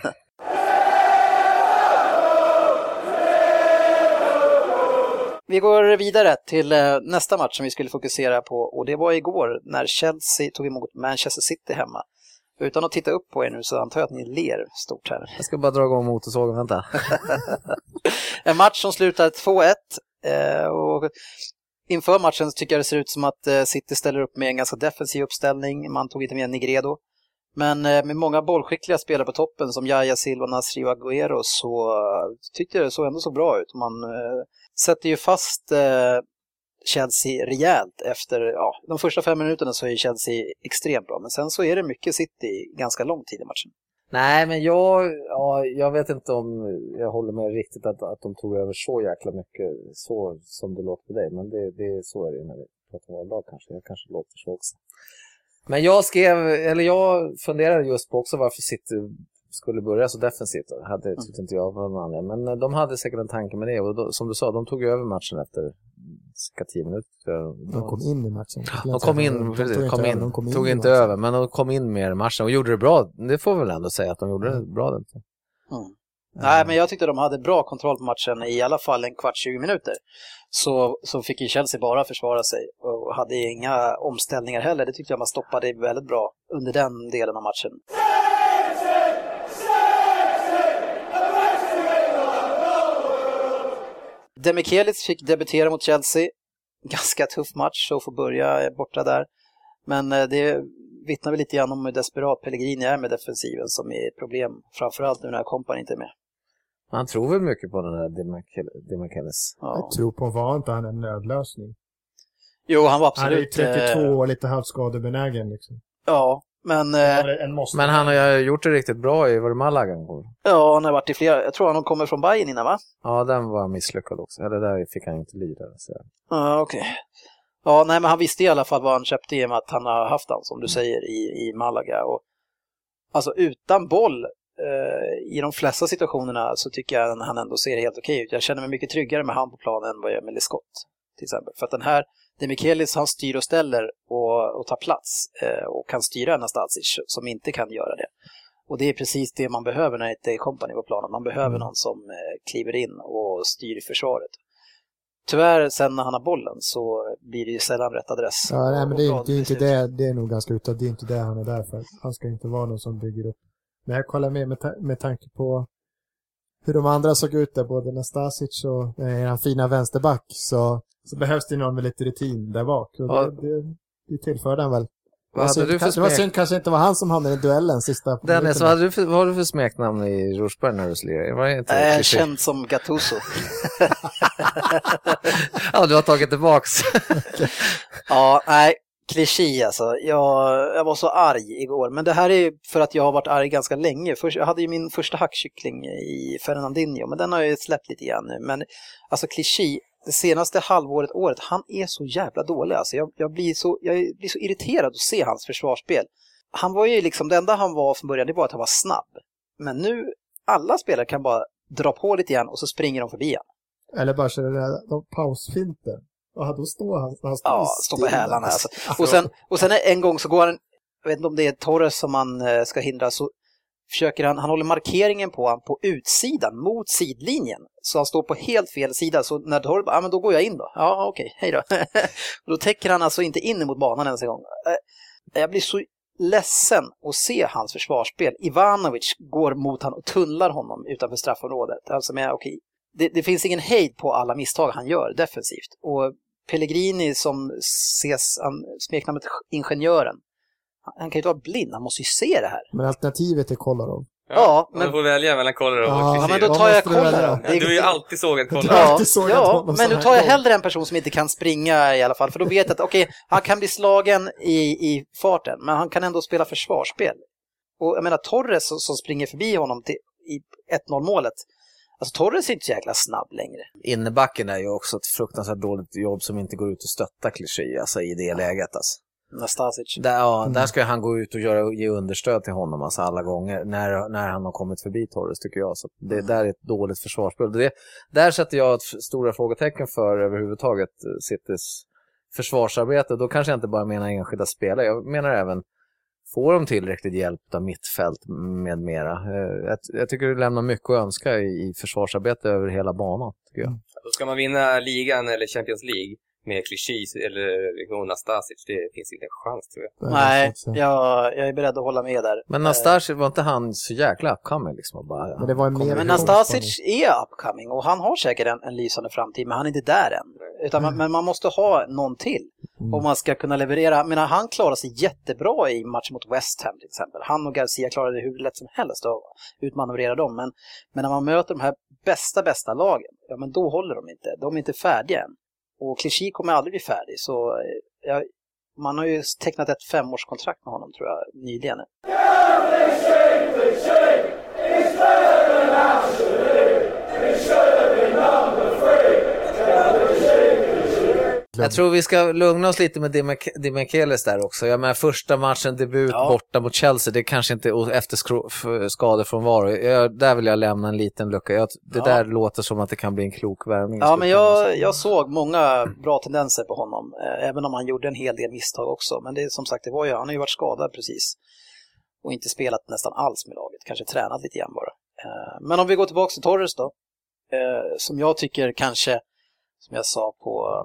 Vi går vidare till nästa match som vi skulle fokusera på, och det var igår när Chelsea tog emot Manchester City hemma. Utan att titta upp på er nu så antar jag att ni ler stort här. Jag ska bara dra igång motorsågen, vänta. En match som slutar 2-1 och inför matchen så tycker jag det ser ut som att City ställer upp med en ganska defensiv uppställning. Man tog inte med Negredo. Men med många bollskickliga spelare på toppen som Yaya Silva, Nasri och Agüero så tyckte jag det såg ändå så bra ut. Man sätter ju fast Chelsea rejält efter, de första 5 minuterna så är Chelsea extremt bra. Men sen så är det mycket City ganska lång tid i matchen. Nej, men jag vet inte om jag håller med riktigt att de tog över så jäkla mycket så som det låter på dig. Men det så är det när vi pratar om vardag kanske. Jag kanske låter så också. Men jag funderade just på också varför City skulle börja så defensivt. Tyckte inte jag var någon annan. Men de hade säkert en tanke med det. Och då, som du sa, de tog över matchen efter cirka 10 minuter. De kom in i matchen. De tog inte över, men de kom in mer i matchen och gjorde det bra. Det får väl ändå säga att de gjorde det bra. Nej, men jag tyckte de hade bra kontroll på matchen i alla fall en kvart, 20 minuter. Så fick ju Chelsea bara försvara sig och hade inga omställningar heller. Det tyckte jag man stoppade väldigt bra under den delen av matchen. Demichelis fick debutera mot Chelsea. Ganska tuff match och få börja borta där. Men det vittnar väl lite grann om hur desperat Pellegrini är med defensiven som är ett problem. Framförallt nu när Kompany inte är med. Han tror väl mycket på den här Demichelis. Ja. Jag tror på var inte han en nödlösning. Jo, han var absolut... Han är ju 32 och lite halvskadebenägen liksom. Ja, men... Men han har ju gjort det riktigt bra i Malaga. Ja, han har varit i flera... Jag tror han kommer från Bayern innan, va? Ja, den var misslyckad också. Eller där fick han inte lida. Ja, okej. Ja, nej, men han visste i alla fall vad han köpte i och med att han har haft han, som du säger, i Malaga. Och, alltså utan boll i de flesta situationerna så tycker jag att han ändå ser helt okej ut. Jag känner mig mycket tryggare med han på planen än vad jag gör med Lescott, till exempel. För att den här Demichelis, han styr och ställer och tar plats och kan styra Nastasic som inte kan göra det. Och det är precis det man behöver när det inte är Kompany på planen. Man behöver någon som kliver in och styr i försvaret. Tyvärr, sen när han har bollen så blir det ju sällan rätt adress. Ja, nej, men det är inte det. Det är nog ganska utan. Det är inte det han är där för. Han ska inte vara någon som bygger upp. Men jag kollar med tanke på hur de andra såg ut där, både Nastasic och den fina vänsterback, så behövs det någon med lite rutin där bak. Och ja. det tillför den väl. Det var synd kanske inte var han som hamnade i duellen sista. Dennis, vad har du för smeknamn i Rosberg när du lirar? Känd som Gattuso. Ja, du har tagit tillbaks. Ja, nej, kliché alltså. Jag var så arg igår. Men det här är för att jag har varit arg ganska länge. Jag hade ju min första hackkyckling i Fernandinho, men den har jag släppt lite grann nu. Men alltså kliché, det senaste året, han är så jävla dålig. Alltså jag blir så irriterad att se hans försvarsspel. Han var ju liksom, det enda han var från början, det var att han var snabb. Men nu, alla spelare kan bara dra på lite grann och så springer de förbi han. Eller bara köra de pausfinter. Och då står han står på hälarna. Alltså. Och sen en gång så går han, jag vet inte om det är Torres som man ska hindra, så försöker han håller markeringen på utsidan mot sidlinjen. Så han står på helt fel sida. Så när Torres men då går jag in då. Ja, okej, hej då. Och då täcker han alltså inte in mot banan ens en gång. Jag blir så ledsen att se hans försvarsspel. Ivanovic går mot han och tunnlar honom utanför straffområdet. Alltså det finns ingen hejd på alla misstag han gör defensivt. Och Pellegrini som ses smeknamnet ingenjören. Han kan ju inte vara blind, han måste ju se det här. Men alternativet är Kolarov. Ja, men... Du får välja mellan Koller och Clichy. Ja, men då tar jag Koller. Du är ju alltid sågat Koller. Ja, men nu tar jag hellre en person som inte kan springa i alla fall. För då vet jag att okej, han kan bli slagen i farten, men han kan ändå spela försvarsspel. Och jag menar, Torres som springer förbi honom i 1-0-målet. Alltså Torres är inte så jäkla snabb längre. Innebacken är ju också ett fruktansvärt dåligt jobb som inte går ut och stötta Clichy, alltså i det läget alltså. Nastasic. Där ska han gå ut och ge understöd till honom alltså alla gånger när han har kommit förbi Torres, tycker jag. Så det där är ett dåligt försvarsspel. Där sätter jag ett stora frågetecken för överhuvudtaget Citys försvarsarbete. Då kanske jag inte bara menar enskilda spelare. Jag menar även, får de tillräckligt hjälp av mittfält med mera? Jag tycker det lämnar mycket att önska i försvarsarbete över hela banan, tycker jag. Då ska man vinna ligan eller Champions League med Clichy eller Nastasic, det finns inte en chans, tror jag. Nej, jag är beredd att hålla med där. Men Nastasic, var inte han så jäkla upcoming liksom? Bara, men det var men Nastasic är upcoming och han har säkert en lysande framtid, men han är inte där än. Utan men man måste ha någon till om man ska kunna leverera. Men han klarar sig jättebra i match mot West Ham till exempel. Han och Garcia klarade det hur lätt som helst att utmanövrera dem. Men när man möter de här bästa lagen, ja, men då håller de inte. De är inte färdiga än. Och Clichy kommer aldrig bli färdig. Så man har ju tecknat ett 5-årskontrakt med honom, tror jag, nyligen. Jag tror vi ska lugna oss lite med Di Michelis där också. Jag menar, första matchen, debut borta mot Chelsea, det kanske inte efter skador från var. Där vill jag lämna en liten lucka. Det där låter som att det kan bli en klok värvning. Ja, men jag såg många bra tendenser på honom, även om han gjorde en hel del misstag också. Men det är som sagt, han har ju varit skadad precis och inte spelat nästan alls med laget. Kanske tränat lite grann bara. Men om vi går tillbaka till Torres då, som jag tycker kanske, som jag sa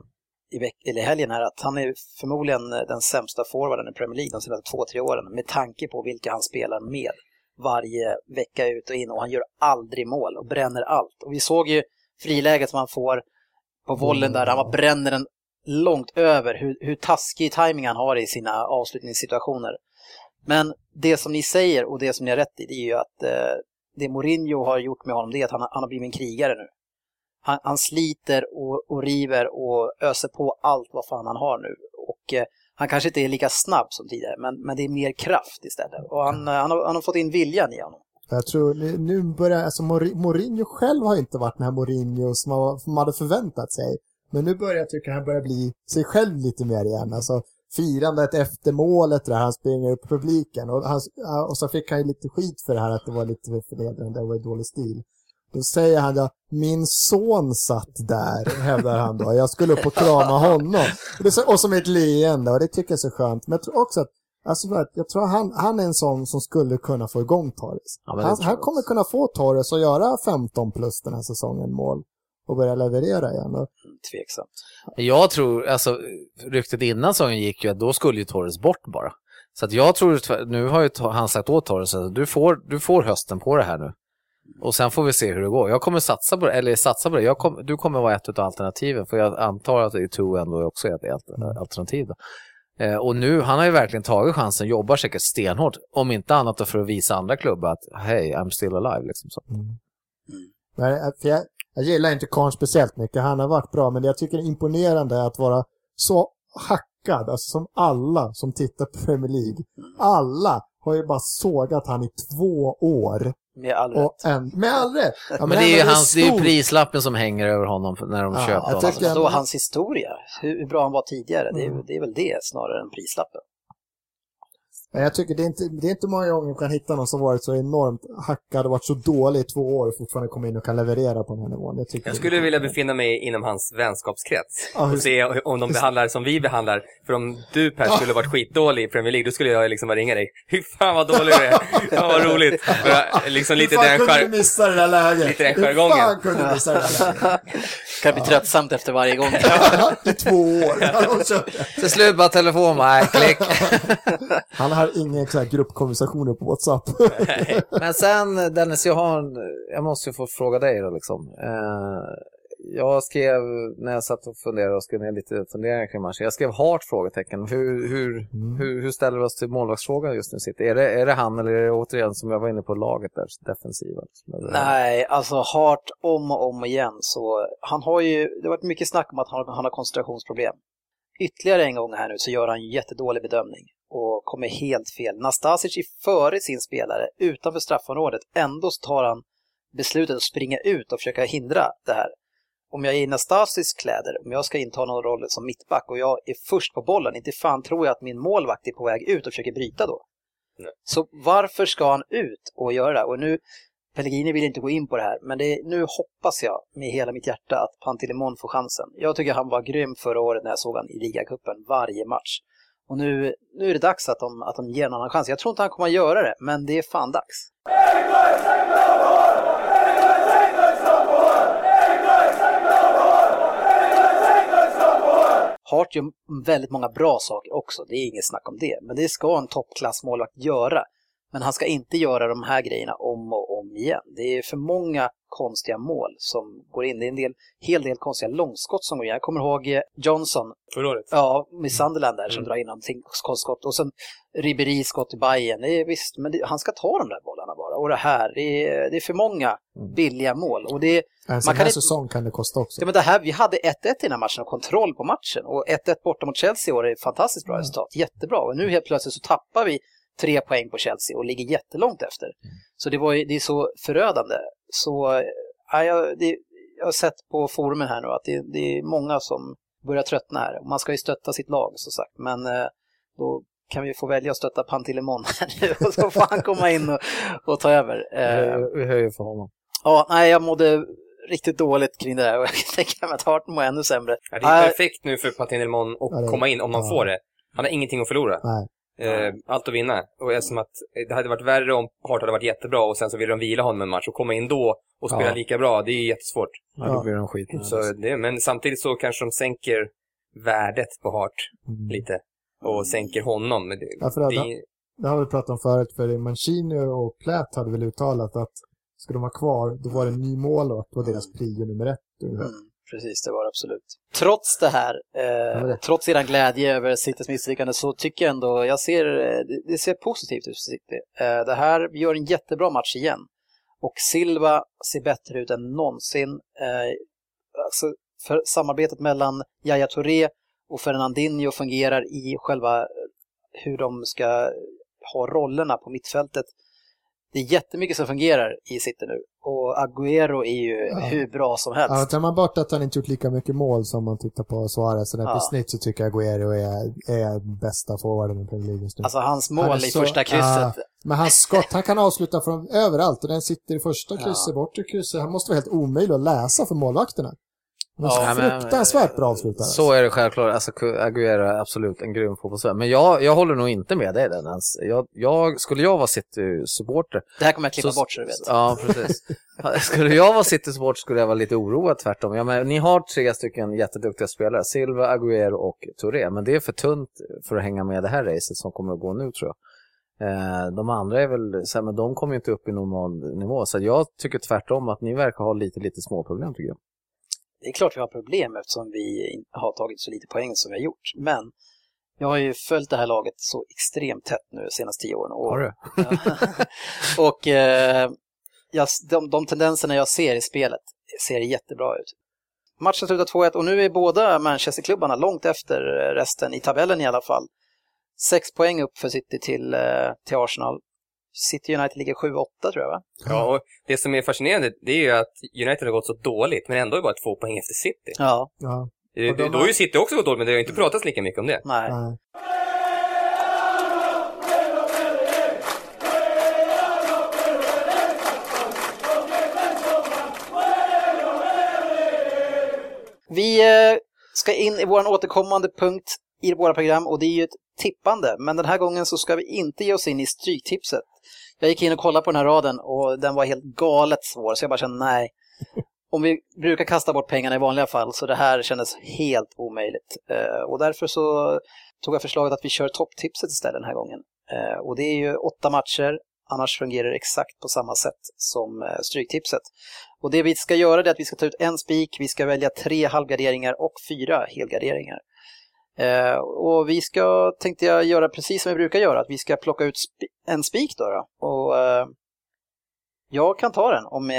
i helgen här, att han är förmodligen den sämsta forwarden i Premier League de senaste 2-3 åren, med tanke på vilka han spelar med varje vecka ut och in, och han gör aldrig mål och bränner allt. Och vi såg ju friläget som han får på vollen där, han bränner den långt över, hur taskig timing han har i sina avslutningssituationer. Men det som ni säger och det som ni har rätt i, det är ju att det Mourinho har gjort med honom, det är att han har blivit en krigare nu. Han sliter och river och öser på allt vad fan han har nu. Och han kanske inte är lika snabb som tidigare, men det är mer kraft istället. Och han har fått in viljan i honom. Jag tror nu börjar, alltså Mourinho själv har inte varit den här Mourinho som man hade förväntat sig. Men nu börjar jag tycka att han börjar bli sig själv lite mer igen. Alltså firandet efter målet där han springer upp publiken. Och så fick han ju lite skit för det här, att det var lite förnedrande, det var dålig stil. Då säger han att min son satt där, hävdar han då. Jag skulle upp och krama honom. Och som ett leende, och det tycker jag är så skönt. Men jag tror också att, jag tror han är en sån som skulle kunna få igång Torres. Ja, han kommer kunna få Torres att göra 15 plus den här säsongen mål och börja leverera igen. Tveksamt. Jag tror, alltså ryktet innan säsongen gick ju att då skulle ju Torres bort bara. Så att jag tror, nu har ju han sagt åt Torres att du får hösten på det här nu. Och sen får vi se hur det går. Jag kommer satsa på det. Du kommer vara ett av alternativen. För jag antar att E2 ändå också är ett alternativ då. Och nu, han har ju verkligen tagit chansen. Jobbar säkert stenhårt. Om inte annat då för att visa andra klubbar att hej, I'm still alive liksom så. Men jag gillar inte Kahn speciellt mycket. Han har varit bra, men jag tycker det är imponerande att vara så hackad. Alltså som alla som tittar på Premier League. Alla har ju bara sågat han i 2 år. Med all rätt. Med all rätt. Ja, men det är ju prislappen som hänger över honom när de köper honom. Men då hans historia, hur bra han var tidigare, det är väl det snarare än prislappen. Men jag tycker det är inte många gånger man kan hitta någon som varit så enormt hackad och varit så dålig i 2 år och fortfarande komma in och kan leverera på den här nivån. Jag skulle vilja befinna mig inom hans vänskapskrets och se om de behandlar som vi behandlar. För om du, Per, skulle varit skitdålig i Premier League, då skulle jag liksom bara ringa dig. Hur fan vad dålig du är. Ja, vad roligt. Liksom lite den kunde du missa det där läget? Lite den jargongen. Hur fan kunde du missa det där läget? Kan bli tröttsamt efter varje gång. I 2 år. Till slut bara telefon, klick. Han har ingen gruppkonversationer på WhatsApp. Men sen, Dennis, jag måste ju få fråga dig då liksom. jag skrev, när jag satt och funderade och skrev ner lite funderingar kring matchen, jag skrev Hart frågetecken. Hur ställer vi oss till målvaktsfrågan just nu? Är det han eller är det återigen som jag var inne på laget där, defensiva? Nej, alltså Hart om och om igen. Så han har ju, det har varit mycket snack om att han har koncentrationsproblem. Ytterligare en gång här nu så gör han en jättedålig bedömning och kommer helt fel. Nastasic är före sin spelare utanför straffområdet, ändå tar han beslutet att springa ut och försöka hindra det här. Om jag är i Nastasics kläder, om jag ska inta någon roll som mittback och jag är först på bollen, inte fan tror jag att min målvakt är på väg ut och försöker bryta då. Nej. Så varför ska han ut och göra det? Och nu, Pellegrini vill inte gå in på det här, men nu hoppas jag med hela mitt hjärta att Pantilimon får chansen. Jag tycker han var grym förra året när jag såg han i ligacupen varje match. Och nu är det dags att de ger en annan chans. Jag tror inte han kommer att göra det, men det är fan dags. Hart gör väldigt många bra saker också, det är inget snack om det. Men det ska en toppklassmålvakt göra. Men han ska inte göra de här grejerna om och om igen. Det är för många konstiga mål som går in. Det är en hel del konstiga långskott som går in. Jag kommer ihåg Johnson. Förra året. Ja, med Sunderland där som drar in någonting skott. Och sen Ribéry skott i Bayern. Det är visst, men han ska ta de där bollarna bara. Och det här, det är för många billiga mål. Och det, en sån här säsong kan det kosta också. Ja, men det här, vi hade 1-1 i den här matchen och kontroll på matchen. Och 1-1 borta mot Chelsea i år är ett fantastiskt bra resultat. Jättebra. Och nu helt plötsligt så tappar vi 3 poäng på Chelsea och ligger jättelångt efter. Så det är så förödande. Så jag har sett på forumen här nu att det är många som börjar tröttna här. Man ska ju stötta sitt lag så sagt. Men då kan vi få välja att stötta Pantilimon här nu. Och så får han komma in och ta över. Vi höjer för honom. Ja, nej, jag mådde riktigt dåligt kring det här. Och jag tänker mig att Hart mår ännu sämre. Ja, det är perfekt nu för Pantilimon att komma in om man får det. Han har ingenting att förlora. Nej. Allt att vinna. Och eftersom att det hade varit värre om Hart hade varit jättebra och sen så vill de vila honom en match och komma in då och spela lika bra, det är jättesvårt. Ja, då blir de skit. Men samtidigt så kanske de sänker värdet på Hart lite och sänker honom. Men det har vi pratat om förut, för Mancini och Platt hade väl uttalat att ska de vara kvar, då var det en ny målvakt och deras prio nummer 1. Precis, det var det absolut. Trots det här, trots eran glädje över Citys misslyckande, så tycker jag ändå, det ser positivt ut för City. Det här gör en jättebra match igen. Och Silva ser bättre ut än någonsin. Alltså, för samarbetet mellan Yaya Touré och Fernandinho fungerar i själva hur de ska ha rollerna på mittfältet. Det är jättemycket som fungerar i City nu. Och Agüero är ju hur bra som helst. Ja, tar man bort att han inte gjort lika mycket mål som man tittar på Suarez. Så på snitt så tycker jag Agüero är bästa forwarden i Premier League. Alltså hans mål i första krysset. Men hans skott, han kan avsluta från överallt. Och den sitter i första krysset, bortre krysset. Han måste vara helt omöjlig att läsa för målvakterna. Fruktansvärt bra avslutare. Så är det självklart. Alltså, Agüero är absolut en grym fotbollsspelare. Men jag håller nog inte med dig den ens. Skulle jag vara City-supporter... Det här kommer jag klippa bort så du vet. Ja, precis. Skulle jag vara City-supporter skulle jag vara lite oroad tvärtom. Ja, men ni har 3 stycken jätteduktiga spelare. Silva, Agüero och Touré. Men det är för tunt för att hänga med det här racet som kommer att gå nu, tror jag. De andra är väl... Men de kommer ju inte upp i normal nivå. Så jag tycker tvärtom att ni verkar ha lite små problem, tycker jag. Det är klart vi har problem eftersom vi har tagit så lite poäng som vi har gjort. Men jag har ju följt det här laget så extremt tätt nu de senaste 10 åren. Har du? Och de tendenserna jag ser i spelet ser jättebra ut. Matchen slutar 2-1 och nu är båda Manchester-klubbarna långt efter resten i tabellen i alla fall. 6 poäng upp för City till Arsenal. City United ligger 7-8 tror jag, va? Ja, och det som är fascinerande det är ju att United har gått så dåligt men ändå är bara 2 poäng efter City. Ja. Då har ju City också gått dåligt men det har inte pratats lika mycket om det. Nej. Vi ska in i vår återkommande punkt i våra program och det är ju ett tippande. Men den här gången så ska vi inte ge oss in i stryktipset. Jag gick in och kollade på den här raden och den var helt galet svår så jag bara kände nej. Om vi brukar kasta bort pengarna i vanliga fall så det här kändes helt omöjligt. Och därför så tog jag förslaget att vi kör topptipset istället den här gången. Och det är ju 8 matcher. Annars fungerar det exakt på samma sätt som stryktipset. Och det vi ska göra är att vi ska ta ut en spik, vi ska välja 3 halvgarderingar och 4 helgarderingar. Och vi ska, tänkte jag, göra precis som vi brukar göra, att vi ska plocka ut en spik då. Och jag kan ta den om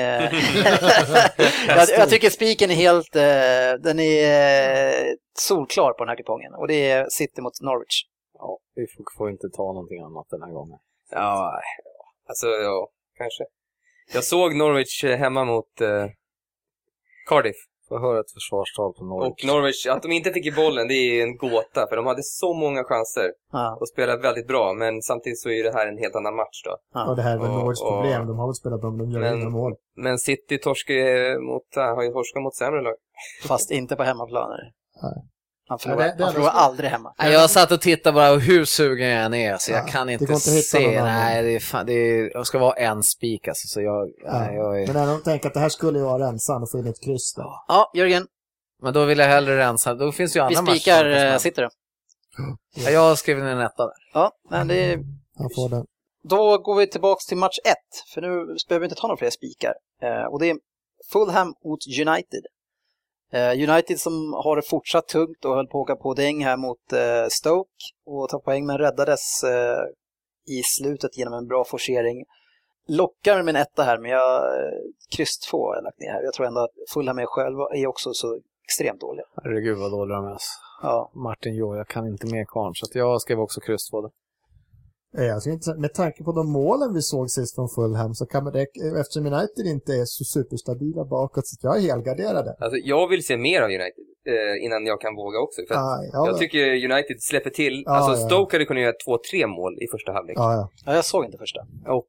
jag tycker spiken är helt den är solklar på den här kupongen, och det är City mot Norwich. Ja, vi får inte ta någonting annat den här gången. Ja, alltså ja, kanske. Jag såg Norwich hemma mot Cardiff. Får höra ett försvarstal på Norwich. Och Norwich, att de inte fick i bollen, det är en gåta. För de hade så många chanser och spelade väldigt bra. Men samtidigt så är det här en helt annan match då. Och det här är väl Norwichs problem. De har väl spelat bra, de gör inga mål. Men City har ju torskat mot sämre lag. Fast inte på hemmaplaner. Nej. Han förlorar aldrig hemma. Jag satt och tittade bara hur sugen jag än är, så jag kan inte se. Nej, det ska vara en spik alltså, så jag är... Men när de tänker att det här skulle ju vara rensan och få in ett kryss då. Ja, Jörgen. Men då vill jag hellre rensa. Då finns ju andra matcher. Vi spikar sitter det. Ja, jag har skrivit en etta där. Ja, men det... Han får den. Då går vi tillbaks till match 1. För nu behöver vi inte ta några fler spikar. Och det är Fulham mot United. United som har det fortsatt tungt och höll på att åka på däng här mot Stoke och ta poäng, men räddades i slutet genom en bra forcering. Lockar med en etta här, men kryss 2 har jag lagt ner här. Jag tror ändå att Fulham är själva är också så extremt dåliga. Herregud vad dåliga de är. Ja. Martin jag kan inte mer karn, så att jag skrev också kryss 2 där. Med tanke på de målen vi såg sist från Fulham, så kan man det, eftersom United inte är så superstabila bakåt, så jag är helgarderade. Alltså, jag vill se mer av United innan jag kan våga också. För jag tycker United släpper till. Stoke hade kunnat göra 2-3 mål i första halvlek. Ja, jag såg inte första.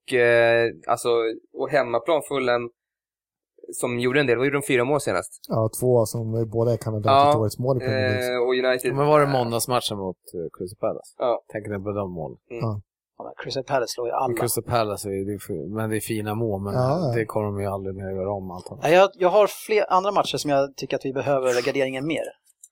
Och hemmaplan Fulham som gjorde en del. Vad gjorde de 4 mål senast? Ja, 2 som båda kan ha dömt årets mål. Och United... Men var det måndagsmatchen mot Crystal Palace? Ja. Tänker ni på de mål? Ja, Crystal Palace slår ju alla. Crystal Palace men det är fina mål, men det kommer de ju aldrig mer att göra om allt. Jag har fler andra matcher som jag tycker att vi behöver garderingen mer.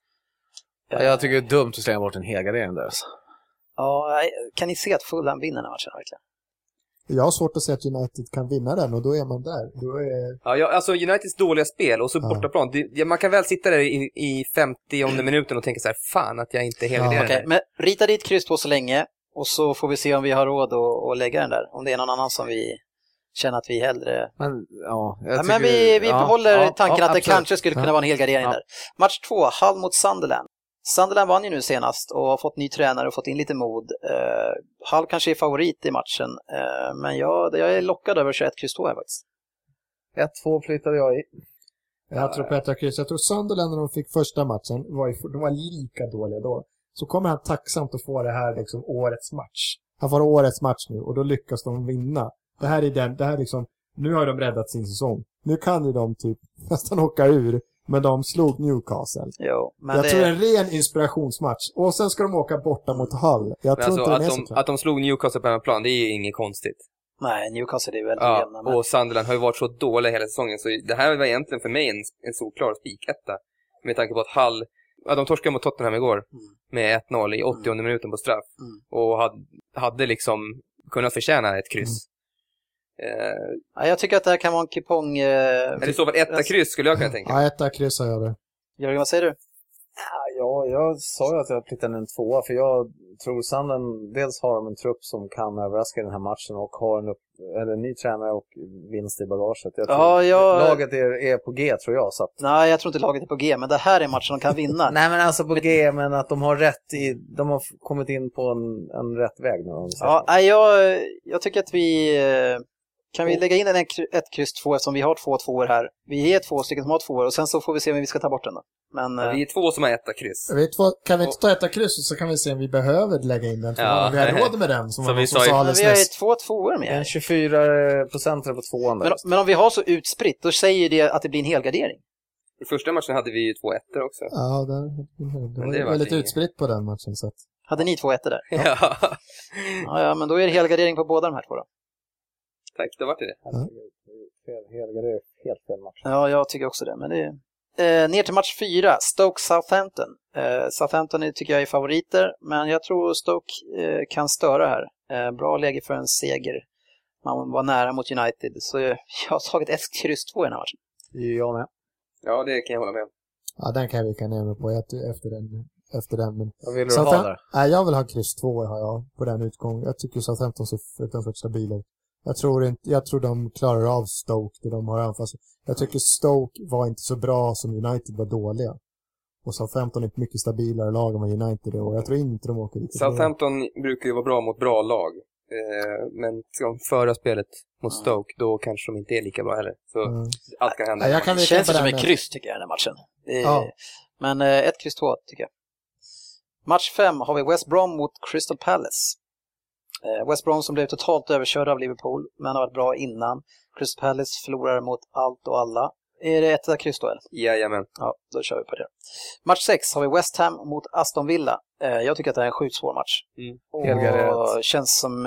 Jag tycker det är dumt att slänga bort en helgardering där. Alltså. Ja, kan ni se att Fulham vinner den här matchen verkligen? Jag har svårt att se att United kan vinna den, och då är man där. Alltså Uniteds dåliga spel och så bortaplan. Man kan väl sitta där i 50:e minuten och tänka så här, fan att jag inte helgarderar. Okej, men rita dit kryss på så länge. Och så får vi se om vi har råd att lägga den där. Om det är någon annan som vi känner att vi hellre... Men vi behåller tanken att det kanske skulle kunna vara en helgardering där. Match 2, Hull mot Sunderland. Sunderland vann ju nu senast och har fått ny tränare och fått in lite mod. Hull kanske är favorit i matchen. Men jag är lockad över 21 kryss 2 här faktiskt. 1-2 flyttade jag i. Jag tror Petra kryss. Jag tror Sunderland när de fick första matchen de var lika dåliga då. Så kommer han tacksamt att få det här liksom årets match. Han får årets match nu och då lyckas de vinna. Det här liksom, nu har de räddat sin säsong. Nu kan ju de typ nästan åka ur, men de slog Newcastle. Jo, men jag tror det är en ren inspirationsmatch. Och sen ska de åka borta mot Hull. Jag tror alltså, inte att de slog Newcastle på hemaplan, det är ju inget konstigt. Nej, Newcastle är väldigt jämna. Och Sunderland har ju varit så dåliga hela säsongen, så det här var egentligen för mig en solklar spiketta. Med tanke på att Hull... Ja, de torskade mot Tottenham igår med 1-0 i 80:e minuten på straff. Och hade liksom kunnat förtjäna ett kryss. Jag tycker att det här kan vara en kupong... Är det så att 1-kryss skulle jag kunna tänka? Ja, 1-kryss har jag det. Jörgen, vad säger du? Ja, jag sa ju att jag flyttade en 2, för jag tror Sanden dels har de en trupp som kan överraska i den här matchen och har en ny tränare och vinst i bagaget. Jag tror laget är på G, tror jag. Så att... Nej, jag tror inte laget är på G, men det här är matchen de kan vinna. Nej, men alltså på G, men att de har de har kommit in på en rätt väg nu. Jag tycker att vi... Kan vi lägga in ett kryss 2 eftersom vi har 2 2-or här. Vi är 2 stycken som har 2 och sen så får vi se om vi ska ta bort den då. Men, vi är 2 som har 1-kryss. Kan vi inte ta 1-kryss och så kan vi se om vi behöver lägga in den. Vi har råd med den. Som vi sa alldeles nyss. Vi har ju 2 2-or med. En 24% på 2:an. Men om vi har så utspritt, då säger det att det blir en helgardering. I första matchen hade vi ju 2 1-or också. Ja, det var väldigt utspritt på den matchen. Så att... Hade ni 2 1-or där? Ja. Ja, men då är det helgardering på båda de här 2 då. Tack, det var det. Helgardering, helt fel match. Ja, jag tycker också det. Men det är... ner till match 4, Stoke-Southampton. Southampton tycker jag är favoriter, men jag tror Stoke kan störa här. Bra läge för en seger. Man var nära mot United. Så jag har tagit ett kryss 2 i den här matchen. Jag med. Ja, det kan jag hålla med om. Ja, den kan jag vika ner mig på efter den. Men Vad vill du ha där? Nej, jag vill ha kryss 2 har jag på den utgången. Jag tycker Southampton ser fruktansvärt stabila ut. Jag tror de klarar av Stoke det de har anfalls. Jag tycker Stoke var inte så bra som United var dåliga. Och Southampton är ett mycket stabilare lag än vad United är. Och jag tror inte de åker dit. Southampton brukar ju vara bra mot bra lag. Men ska de föra spelet mot Stoke, då kanske de inte är lika bra heller. Så allt kan hända. Det känns som ett kryss tycker jag den här matchen. Men ett kryss 2 tycker jag. Match 5 har vi West Brom mot Crystal Palace. West Brom som blev totalt överkörda av Liverpool, men har varit bra innan. Crystal Palace förlorar mot allt och alla. Är det ett kryss då eller? Jajamän. Ja, då kör vi på det. Match 6 har vi West Ham mot Aston Villa. Jag tycker att det är en sjukt svår match. Och känns som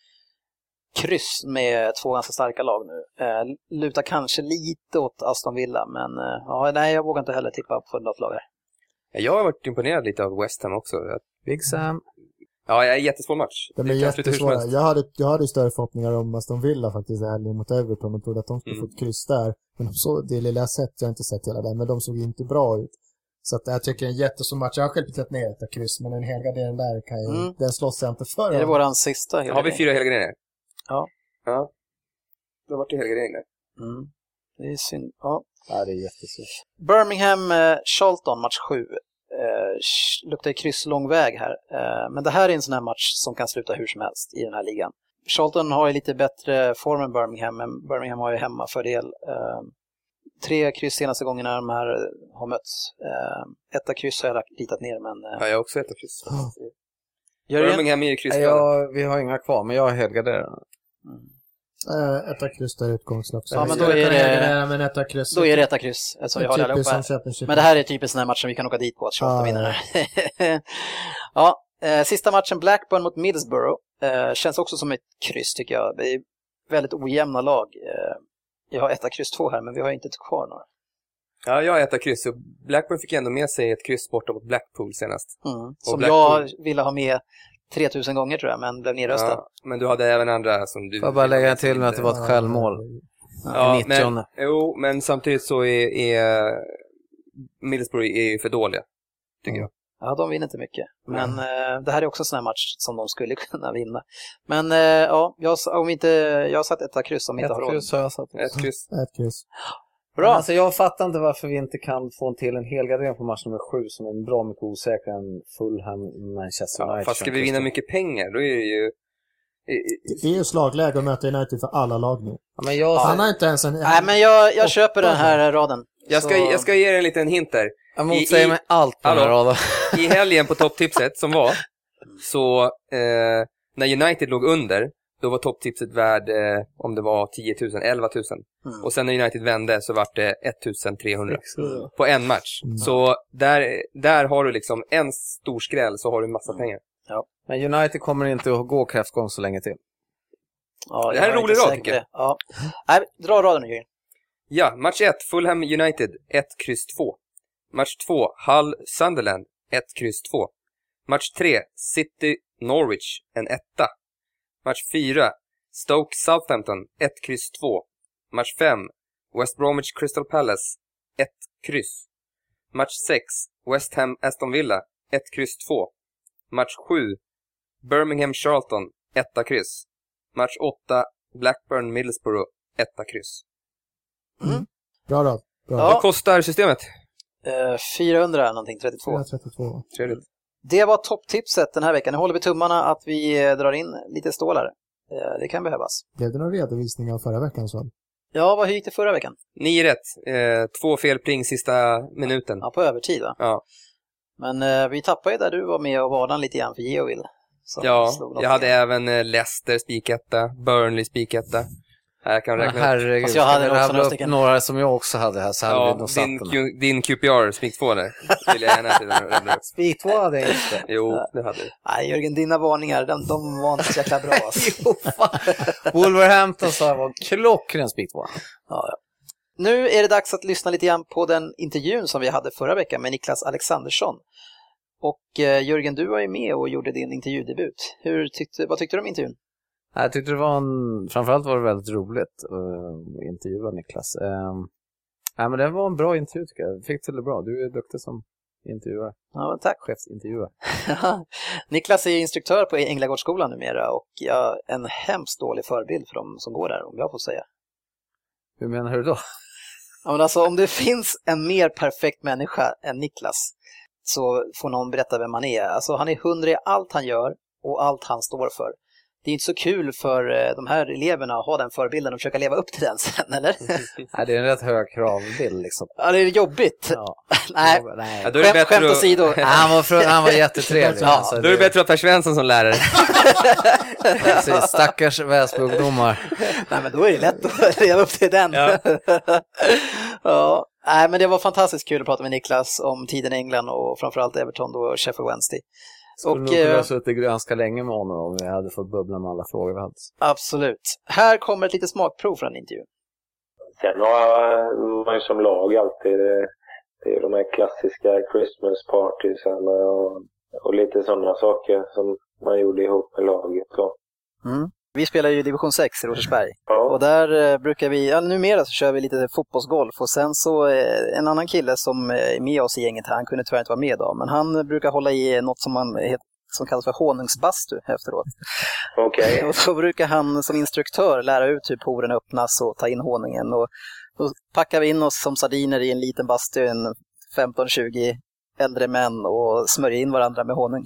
kryss med 2 ganska starka lag nu. Lutar kanske lite åt Aston Villa, men nej, jag vågar inte heller tippa på något lag här. Jag har varit imponerad lite av West Ham också. Big Sam. Ja, jag är jättesvår match. De är jättesvåra. Jag hade större förhoppningar om Aston Villa faktiskt i helgen mot Everton och trodde att de skulle få ett kryss där. Men det lilla jag har inte sett hela det, men de såg inte bra ut. Så att jag tycker det är en jättesvår match. Jag har själv tagit ner ett kryss, men en helgardering där kan jag, den slåss jag inte för. Är det våran sista helgardering? Har vi 4 helgarderingar? Ja. Det har varit helgardering där. Det är synd. Ja, det är jättesynd. Birmingham-Charlton, match 7. Luktar kryss lång väg här. Men det här är en sån här match som kan sluta hur som helst i den här ligan. Charlton har ju lite bättre form än Birmingham, men Birmingham har ju hemmafördel. 3 kryss senaste gångerna de här har mötts. Ett kryss har jag ritat ner, men... Ja, jag har också ett kryss. Birmingham är ju kryss. Vi har inga kvar, men jag är helgarderad. Ett kryss där utgångslag. Ja, men då är det... Men ett kryss. Då är det ett kryss. Alltså, jag har men det här är typ en sån här match som vi kan åka dit på att Charlton vinner. Ja, sista matchen Blackburn mot Middlesbrough. Känns också som ett kryss tycker jag. Det är väldigt ojämna lag. Jag har ett kryss 2 här, men vi har inte kvar några. Ja, jag har ett kryss. Och Blackburn fick ändå med sig ett kryss borta mot Blackpool senast. Som Blackpool... jag ville ha med 3000 gånger tror jag, men blev nedröstad. Ja, men du hade även andra som du... Jag bara lägga till med att det var ett självmål. Ja, men samtidigt så är Middlesbrough är ju för dåliga, tycker jag. Ja, de vinner inte mycket. Men det här är också en sån här match som de skulle kunna vinna. Men jag har satt ett kryss som inte har råd. Ett kryss. Bra. Alltså jag fattar inte varför vi inte kan få till en helgardering på match nummer 7 som är bra mycket osäkrare än Fulham Manchester United. Fast ska vi vinna mycket pengar, då är det ju... Det är ju slagläge att möta United för alla lag nu. Ja, men han har inte ens en... Nej, men jag köper den här raden. Jag ska ge er en liten hint där. Jag motsäger mig allt på den här raden. I helgen på topptipset som var, så när United låg under, då var topptipset värd om det var 10 000, 11 000. Och sen när United vände så var det 1300 på en match. Så där har du liksom en stor skräll, så har du en massa pengar. Ja. Men United kommer inte att gå kräftgång så länge till. Ja, det här är en rolig rad tycker jag. Ja. Nej, dra raden nu. Ja, match 1, Fulham United, 1-2. Match 2, Hull Sunderland, 1-2. Match 3, City Norwich, en 1. Match 4, Stoke Southampton, 1-2. Match 5, West Bromwich Crystal Palace, 1-. Match 6, West Ham Aston Villa, 1-2. Match 7, Birmingham Charlton, 1-. Match 8, Blackburn Middlesbrough, 1-. Bra då. Vad kostar systemet? 400 någonting, 32. 32. Trevligt. Det var topptipset den här veckan. Nu håller vi tummarna att vi drar in lite stålar. Det kan behövas. Blev det någon redovisning av förra veckan så? Ja, vad gick det förra veckan? 9 rätt. 2 felpling sista minuten. Ja, på övertid va? Ja. Men vi tappade ju där du var med och varnade lite grann för Geovill. Ja, jag hade även Leicester spiketta, Burnley spiketta. Jag kan räkna herregud, jag hade upp några som jag också hade här. Så hade din QPR spik 2 där. Vill jag gärna spik 2 hade jag inte. Jo, det hade du. Nej, Jörgen, dina varningar, de var inte så jäkla bra. Alltså. Jo, fan. Wolverhampton sa var klockren spik 2. Ja. Nu är det dags att lyssna lite grann på den intervjun som vi hade förra veckan med Niklas Alexandersson. Och Jörgen, du var ju med och gjorde din intervjudebut. Vad tyckte du om intervjun? Jag tyckte det var framförallt var det väldigt roligt att intervjua Niklas. Men det var en bra intervju tycker jag. Fick till det bra. Du är duktig som intervjuare. Ja, men tack. Chefsintervjuare. Niklas är instruktör på Änglagårdsskolan numera och en hemskt dålig förebild för de som går där, om jag får säga. Hur menar du då? Ja, men alltså, om det finns en mer perfekt människa än Niklas så får någon berätta vem han är. Alltså, han är 100 i allt han gör och allt han står för. Det är inte så kul för de här eleverna att ha den förebilden och försöka leva upp till den sen, eller? Nej, det är en rätt hög kravbild liksom. Ja, det är jobbigt. Ja. Nej, Ja, då är det bättre skämt åsido. Han var jättetrevlig. Ja, alltså, Då är det bättre att ha Per Svensson som lärare. Precis, stackars Väsby-ungdomar. Nej, men då är det lätt att leva upp till den. Ja. Ja. Nej, men det var fantastiskt kul att prata med Niklas om tiden i England och framförallt Everton då och Sheffield Wednesday. Skulle nog kunna ha suttit ganska länge med honom om vi hade fått bubbla med alla frågor vi hade. Absolut. Här kommer ett litet smakprov från en intervju. Sen har man ju som lag alltid det är de här klassiska Christmas parties och lite sådana saker som man gjorde ihop med laget. Så. Mm. Vi spelar ju division 6 i Rosersberg. Ja. Och där brukar vi, numera så kör vi lite fotbollsgolf. Och sen så en annan kille som är med oss i gänget här, han kunde tyvärr inte vara med idag. Men han brukar hålla i något som kallas för honungsbastu efteråt. Okej. Och så brukar han som instruktör lära ut hur poren öppnas och ta in honungen. Och då packar vi in oss som sardiner i en liten bastu, en 15-20 äldre män och smörjer in varandra med honung.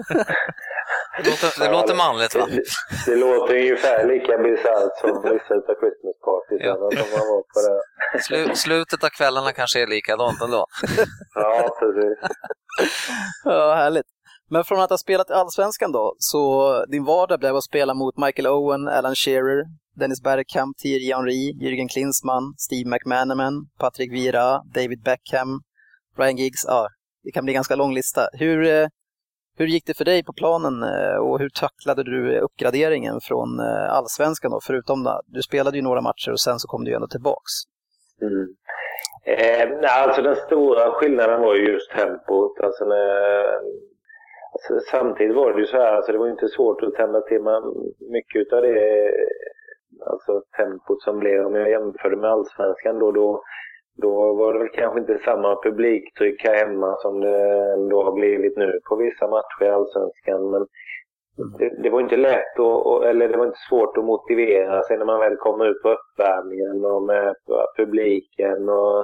Det låter manligt, va? Det låter ungefär lika bisarrt som vissa utav Christmas parties. Ja. Som man var på det. Slutet av kvällarna kanske är likadant ändå. Ja, precis. Ja, härligt. Men från att ha spelat i Allsvenskan då, så din vardag blev att spela mot Michael Owen, Alan Shearer, Dennis Bergkamp, Thierry Henry, Jürgen Klinsmann, Steve McManaman, Patrick Vieira, David Beckham, Ryan Giggs. Ja, det kan bli en ganska lång lista. Hur gick det för dig på planen och hur tacklade du uppgraderingen från Allsvenskan då? Förutom att du spelade ju några matcher och sen så kom du ju ändå tillbaks. Mm. Alltså den stora skillnaden var ju just tempot. Alltså samtidigt var det ju så här, alltså det var inte svårt att tända till mycket av det, alltså tempot som blev, om jag jämförde med Allsvenskan då var det väl kanske inte samma publiktryck här hemma som det ändå har blivit nu på vissa matcher i Allsvenskan, men det var inte lätt eller det var inte svårt att motivera sig när man väl kommer ut på uppvärmningen och med publiken och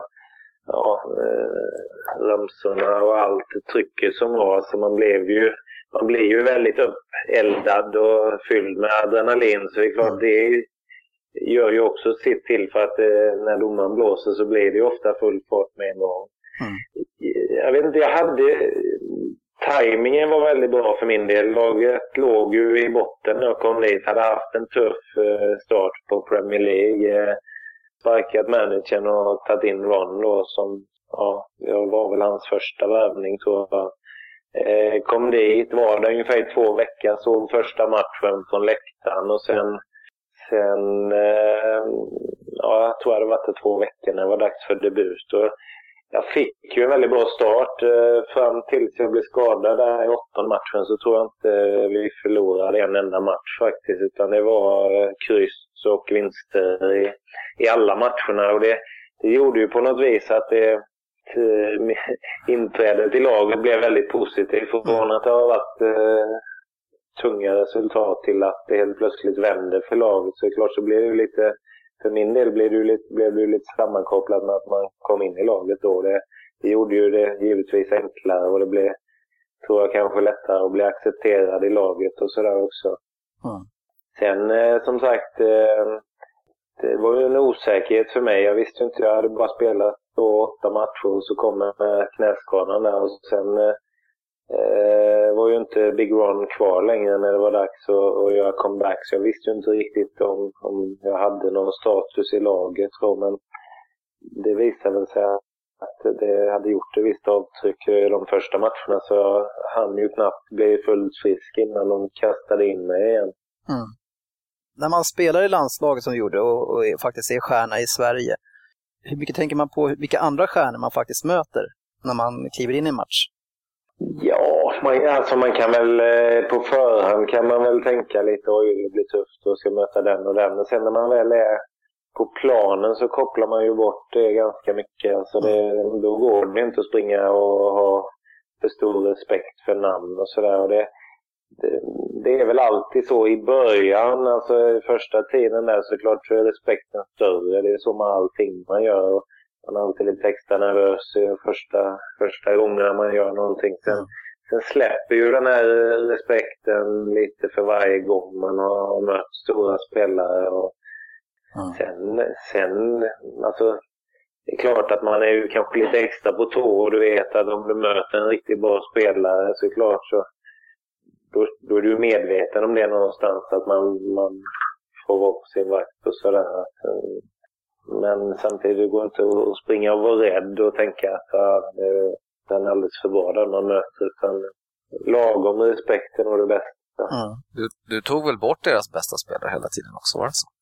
ramsorna och allt trycket som var, så man blir ju väldigt uppeldad och fylld med adrenalin, så det är klart det gör ju också sitt till för att när domaren blåser så blir det ju ofta full fart med en gång. Jag vet inte, timingen var väldigt bra för min del. Laget låg ju i botten när jag kom dit, hade haft en tuff start på Premier League, sparkat managern och tagit in Ron då, som jag var väl hans första värvning, så kom dit, var det ungefär 2 veckor, såg första matchen från läktaren och sen jag tror det var 2 veckor när det var dags för debut, och jag fick ju en väldigt bra start fram tills jag blev skadad där i 8:e matchen, så tror jag inte vi förlorade en enda match faktiskt, utan det var kryss och vinster i alla matcherna, och det gjorde ju på något vis att inträdet i laget blev väldigt positivt, från att det har varit tunga resultat till att det helt plötsligt vände för laget. Så klart så blev det lite, för min del blev det lite sammankopplat med att man kom in i laget då. Det gjorde ju det givetvis enklare, och det blev, tror jag, kanske lättare att bli accepterad i laget och sådär också. Sen som sagt, det var ju en osäkerhet för mig. Jag visste inte, jag hade bara spelat 8 matcher och så kom knäskadan där, och sen var ju inte Big Ron kvar längre när det var dags att göra comeback, så jag visste ju inte riktigt om jag hade någon status i laget, men det visade väl sig att det hade gjort ett visst avtryck i de första matcherna, så jag hann ju knappt bli fullt frisk innan de kastade in mig igen. När man spelar i landslaget som du gjorde och faktiskt är stjärna i Sverige, hur mycket tänker man på vilka andra stjärnor man faktiskt möter när man kliver in i en match? Ja, man kan väl på förhand kan man väl tänka lite, oj det blir tufft och ska möta den och den. Men sen när man väl är på planen så kopplar man ju bort det ganska mycket. Alltså då går det inte att springa och ha för stor respekt för namn och sådär. Och det är väl alltid så i början, alltså i första tiden där såklart så är respekten större. Det är så med allting man gör. Och man är alltid lite extra nervös i första gången man gör någonting. Sen släpper ju den här respekten lite för varje gång man har mött stora spelare. Och sen alltså, det är klart att man är ju kanske lite extra på tå och du vet att om du möter en riktigt bra spelare så är klart så då är du medveten om det någonstans att man får vara på sin vakt och sådär. Men samtidigt går det inte att springa och vara rädd och tänka att den är alldeles för bra den man möter, utan lagom respekten och det bästa. Du tog väl bort deras bästa spelare hela tiden också, var det så?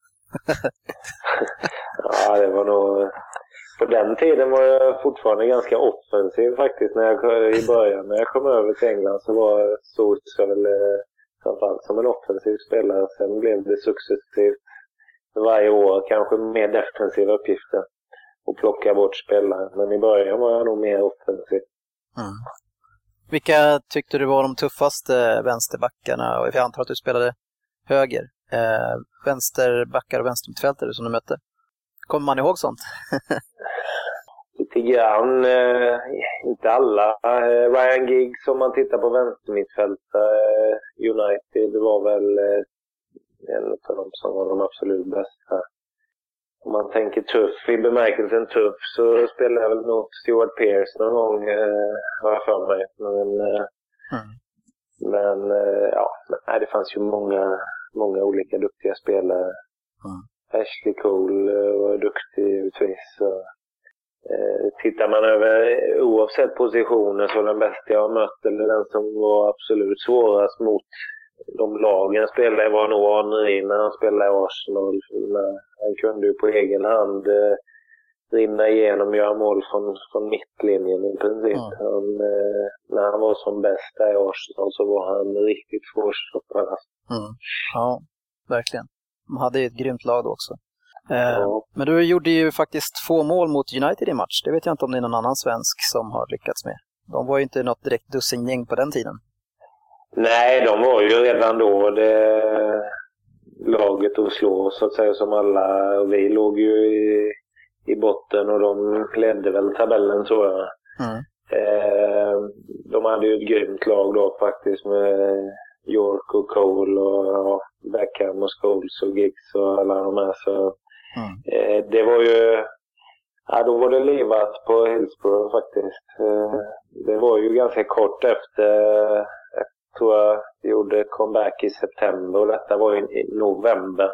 Ja, det var nog... På den tiden var jag fortfarande ganska offensiv faktiskt. I början när jag kom över till England såg jag väl framförallt som en offensiv spelare. Sen blev det successivt varje år kanske mer defensiva uppgifter och plocka bort spelare. Men i början var jag nog mer offensiv. Vilka tyckte du var de tuffaste vänsterbackarna? Och jag antar att du spelade höger. Vänsterbackar och vänstermittfältare som du mötte. Kommer man ihåg sånt? Lite grann. Inte alla. Ryan Giggs, om man tittar på vänstermittfältare United, det var väl en av dem som var de absolut bästa. Om man tänker tuff, i bemärkelsen tuff, så spelade jag väl mot Stuart Pearce någon gång, har jag för mig. Men ja, det fanns ju många olika duktiga spelare. Ashley Cole var duktig utvis. Tittar man över oavsett positioner så den bästa jag har mött eller den som var absolut svårast mot de lagen spelade var nog Henry när han spelade i Arsenal. Han kunde ju på egen hand rinna igenom och göra mål från mittlinjen i princip. När han var som bäst i Arsenal så var han riktigt svårstoppad. Ja, verkligen. De hade ju ett grymt lag då också. Men du gjorde ju faktiskt 2 mål mot United i match. Det vet jag inte om det är någon annan svensk som har lyckats med. De var ju inte något direkt dussingäng på den tiden. Nej, de var ju redan då laget att slå så att säga som alla. Vi låg ju i botten och de ledde väl tabellen tror jag. De hade ju ett grymt lag då faktiskt med York och Cole och Beckham och Scholes och Giggs och alla de här. Så det var ju... Ja, då var det livat på Hillsborough faktiskt. Det var ju ganska kort efter... Jag tror jag gjorde comeback i september och detta var i november.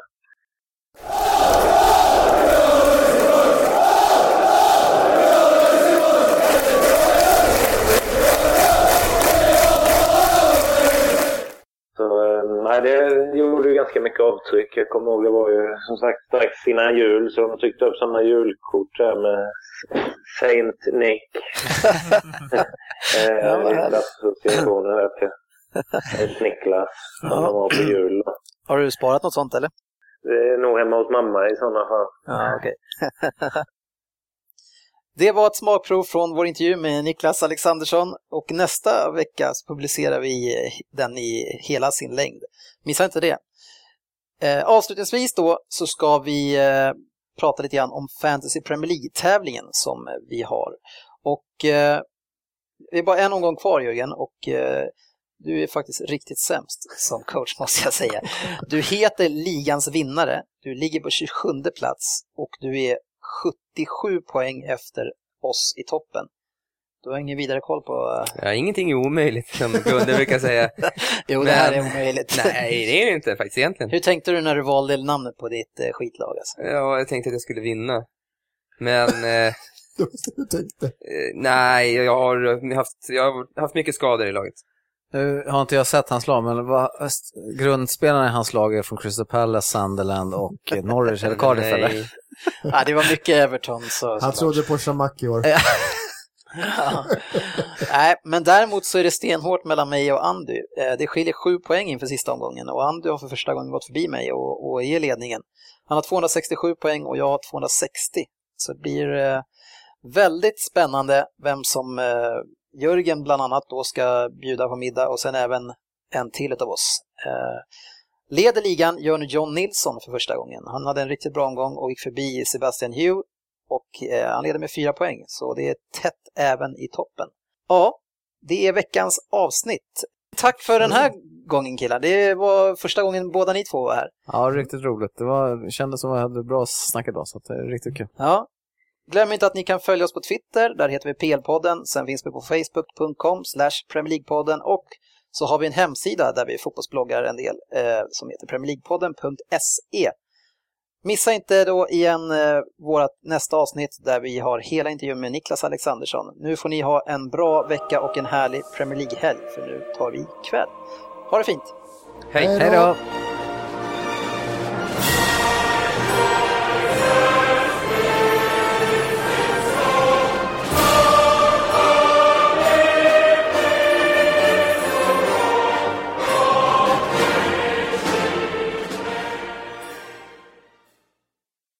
Nej, det gjorde ju ganska mycket avtryck. Jag kommer ihåg, det var ju som sagt strax innan jul så de tryckte upp sådana julkort där med Saint Nick. Associationen där till Niklas som de var på jul. Har du sparat något sånt eller? Det är nog hemma hos mamma i sådana fall. Ja, okej. Det var ett smakprov från vår intervju med Niklas Alexandersson och nästa vecka så publicerar vi den i hela sin längd. Missa inte det. Avslutningsvis då så ska vi prata lite grann om Fantasy Premier League-tävlingen som vi har. Och det är bara en omgång kvar Jörgen och du är faktiskt riktigt sämst som coach måste jag säga. Du heter ligans vinnare, du ligger på 27:e plats och du är 77 poäng efter oss i toppen. Du har ingen vidare koll på... Ja, ingenting är omöjligt som Gunde brukar säga. Jo, men... det här är omöjligt. Nej, det är det inte faktiskt egentligen. Hur tänkte du när du valde namnet på ditt skitlag? Alltså? Ja, jag tänkte att jag skulle vinna. Men... Du tänkte? Nej, jag har haft mycket skador i laget. Nu har inte jag sett hans lag, men grundspelarna i hans lag är från Crystal Palace, Sunderland och Norwich eller Cardiff eller? Ja, det var mycket Everton. Så han trodde på Shamak i år. Ja. Nej, men däremot så är det stenhårt mellan mig och Andy. Det skiljer 7 poäng inför sista omgången och Andy har för första gången gått förbi mig och är ledningen. Han har 267 poäng och jag har 260. Så det blir väldigt spännande vem som Jörgen bland annat då ska bjuda på middag och sen även en till av oss. Leder ligan gör nu John Nilsson för första gången. Han hade en riktigt bra omgång och gick förbi Sebastian Hugh och han leder med 4 poäng. Så det är tätt även i toppen. Ja, det är veckans avsnitt. Tack för den här gången killar. Det var första gången båda ni två var här. Ja, riktigt roligt. Det kändes som att vi hade bra snack idag så det är riktigt kul. Ja. Glöm inte att ni kan följa oss på Twitter. Där heter vi PL-podden. Sen finns vi på facebook.com/Premier League-podden och så har vi en hemsida där vi fotbollsbloggar en del som heter premierleaguepodden.se. Missa inte då igen vårt nästa avsnitt där vi har hela intervjun med Niklas Alexandersson. Nu får ni ha en bra vecka och en härlig Premier League-helg för nu tar vi kväll. Ha det fint! Hej då!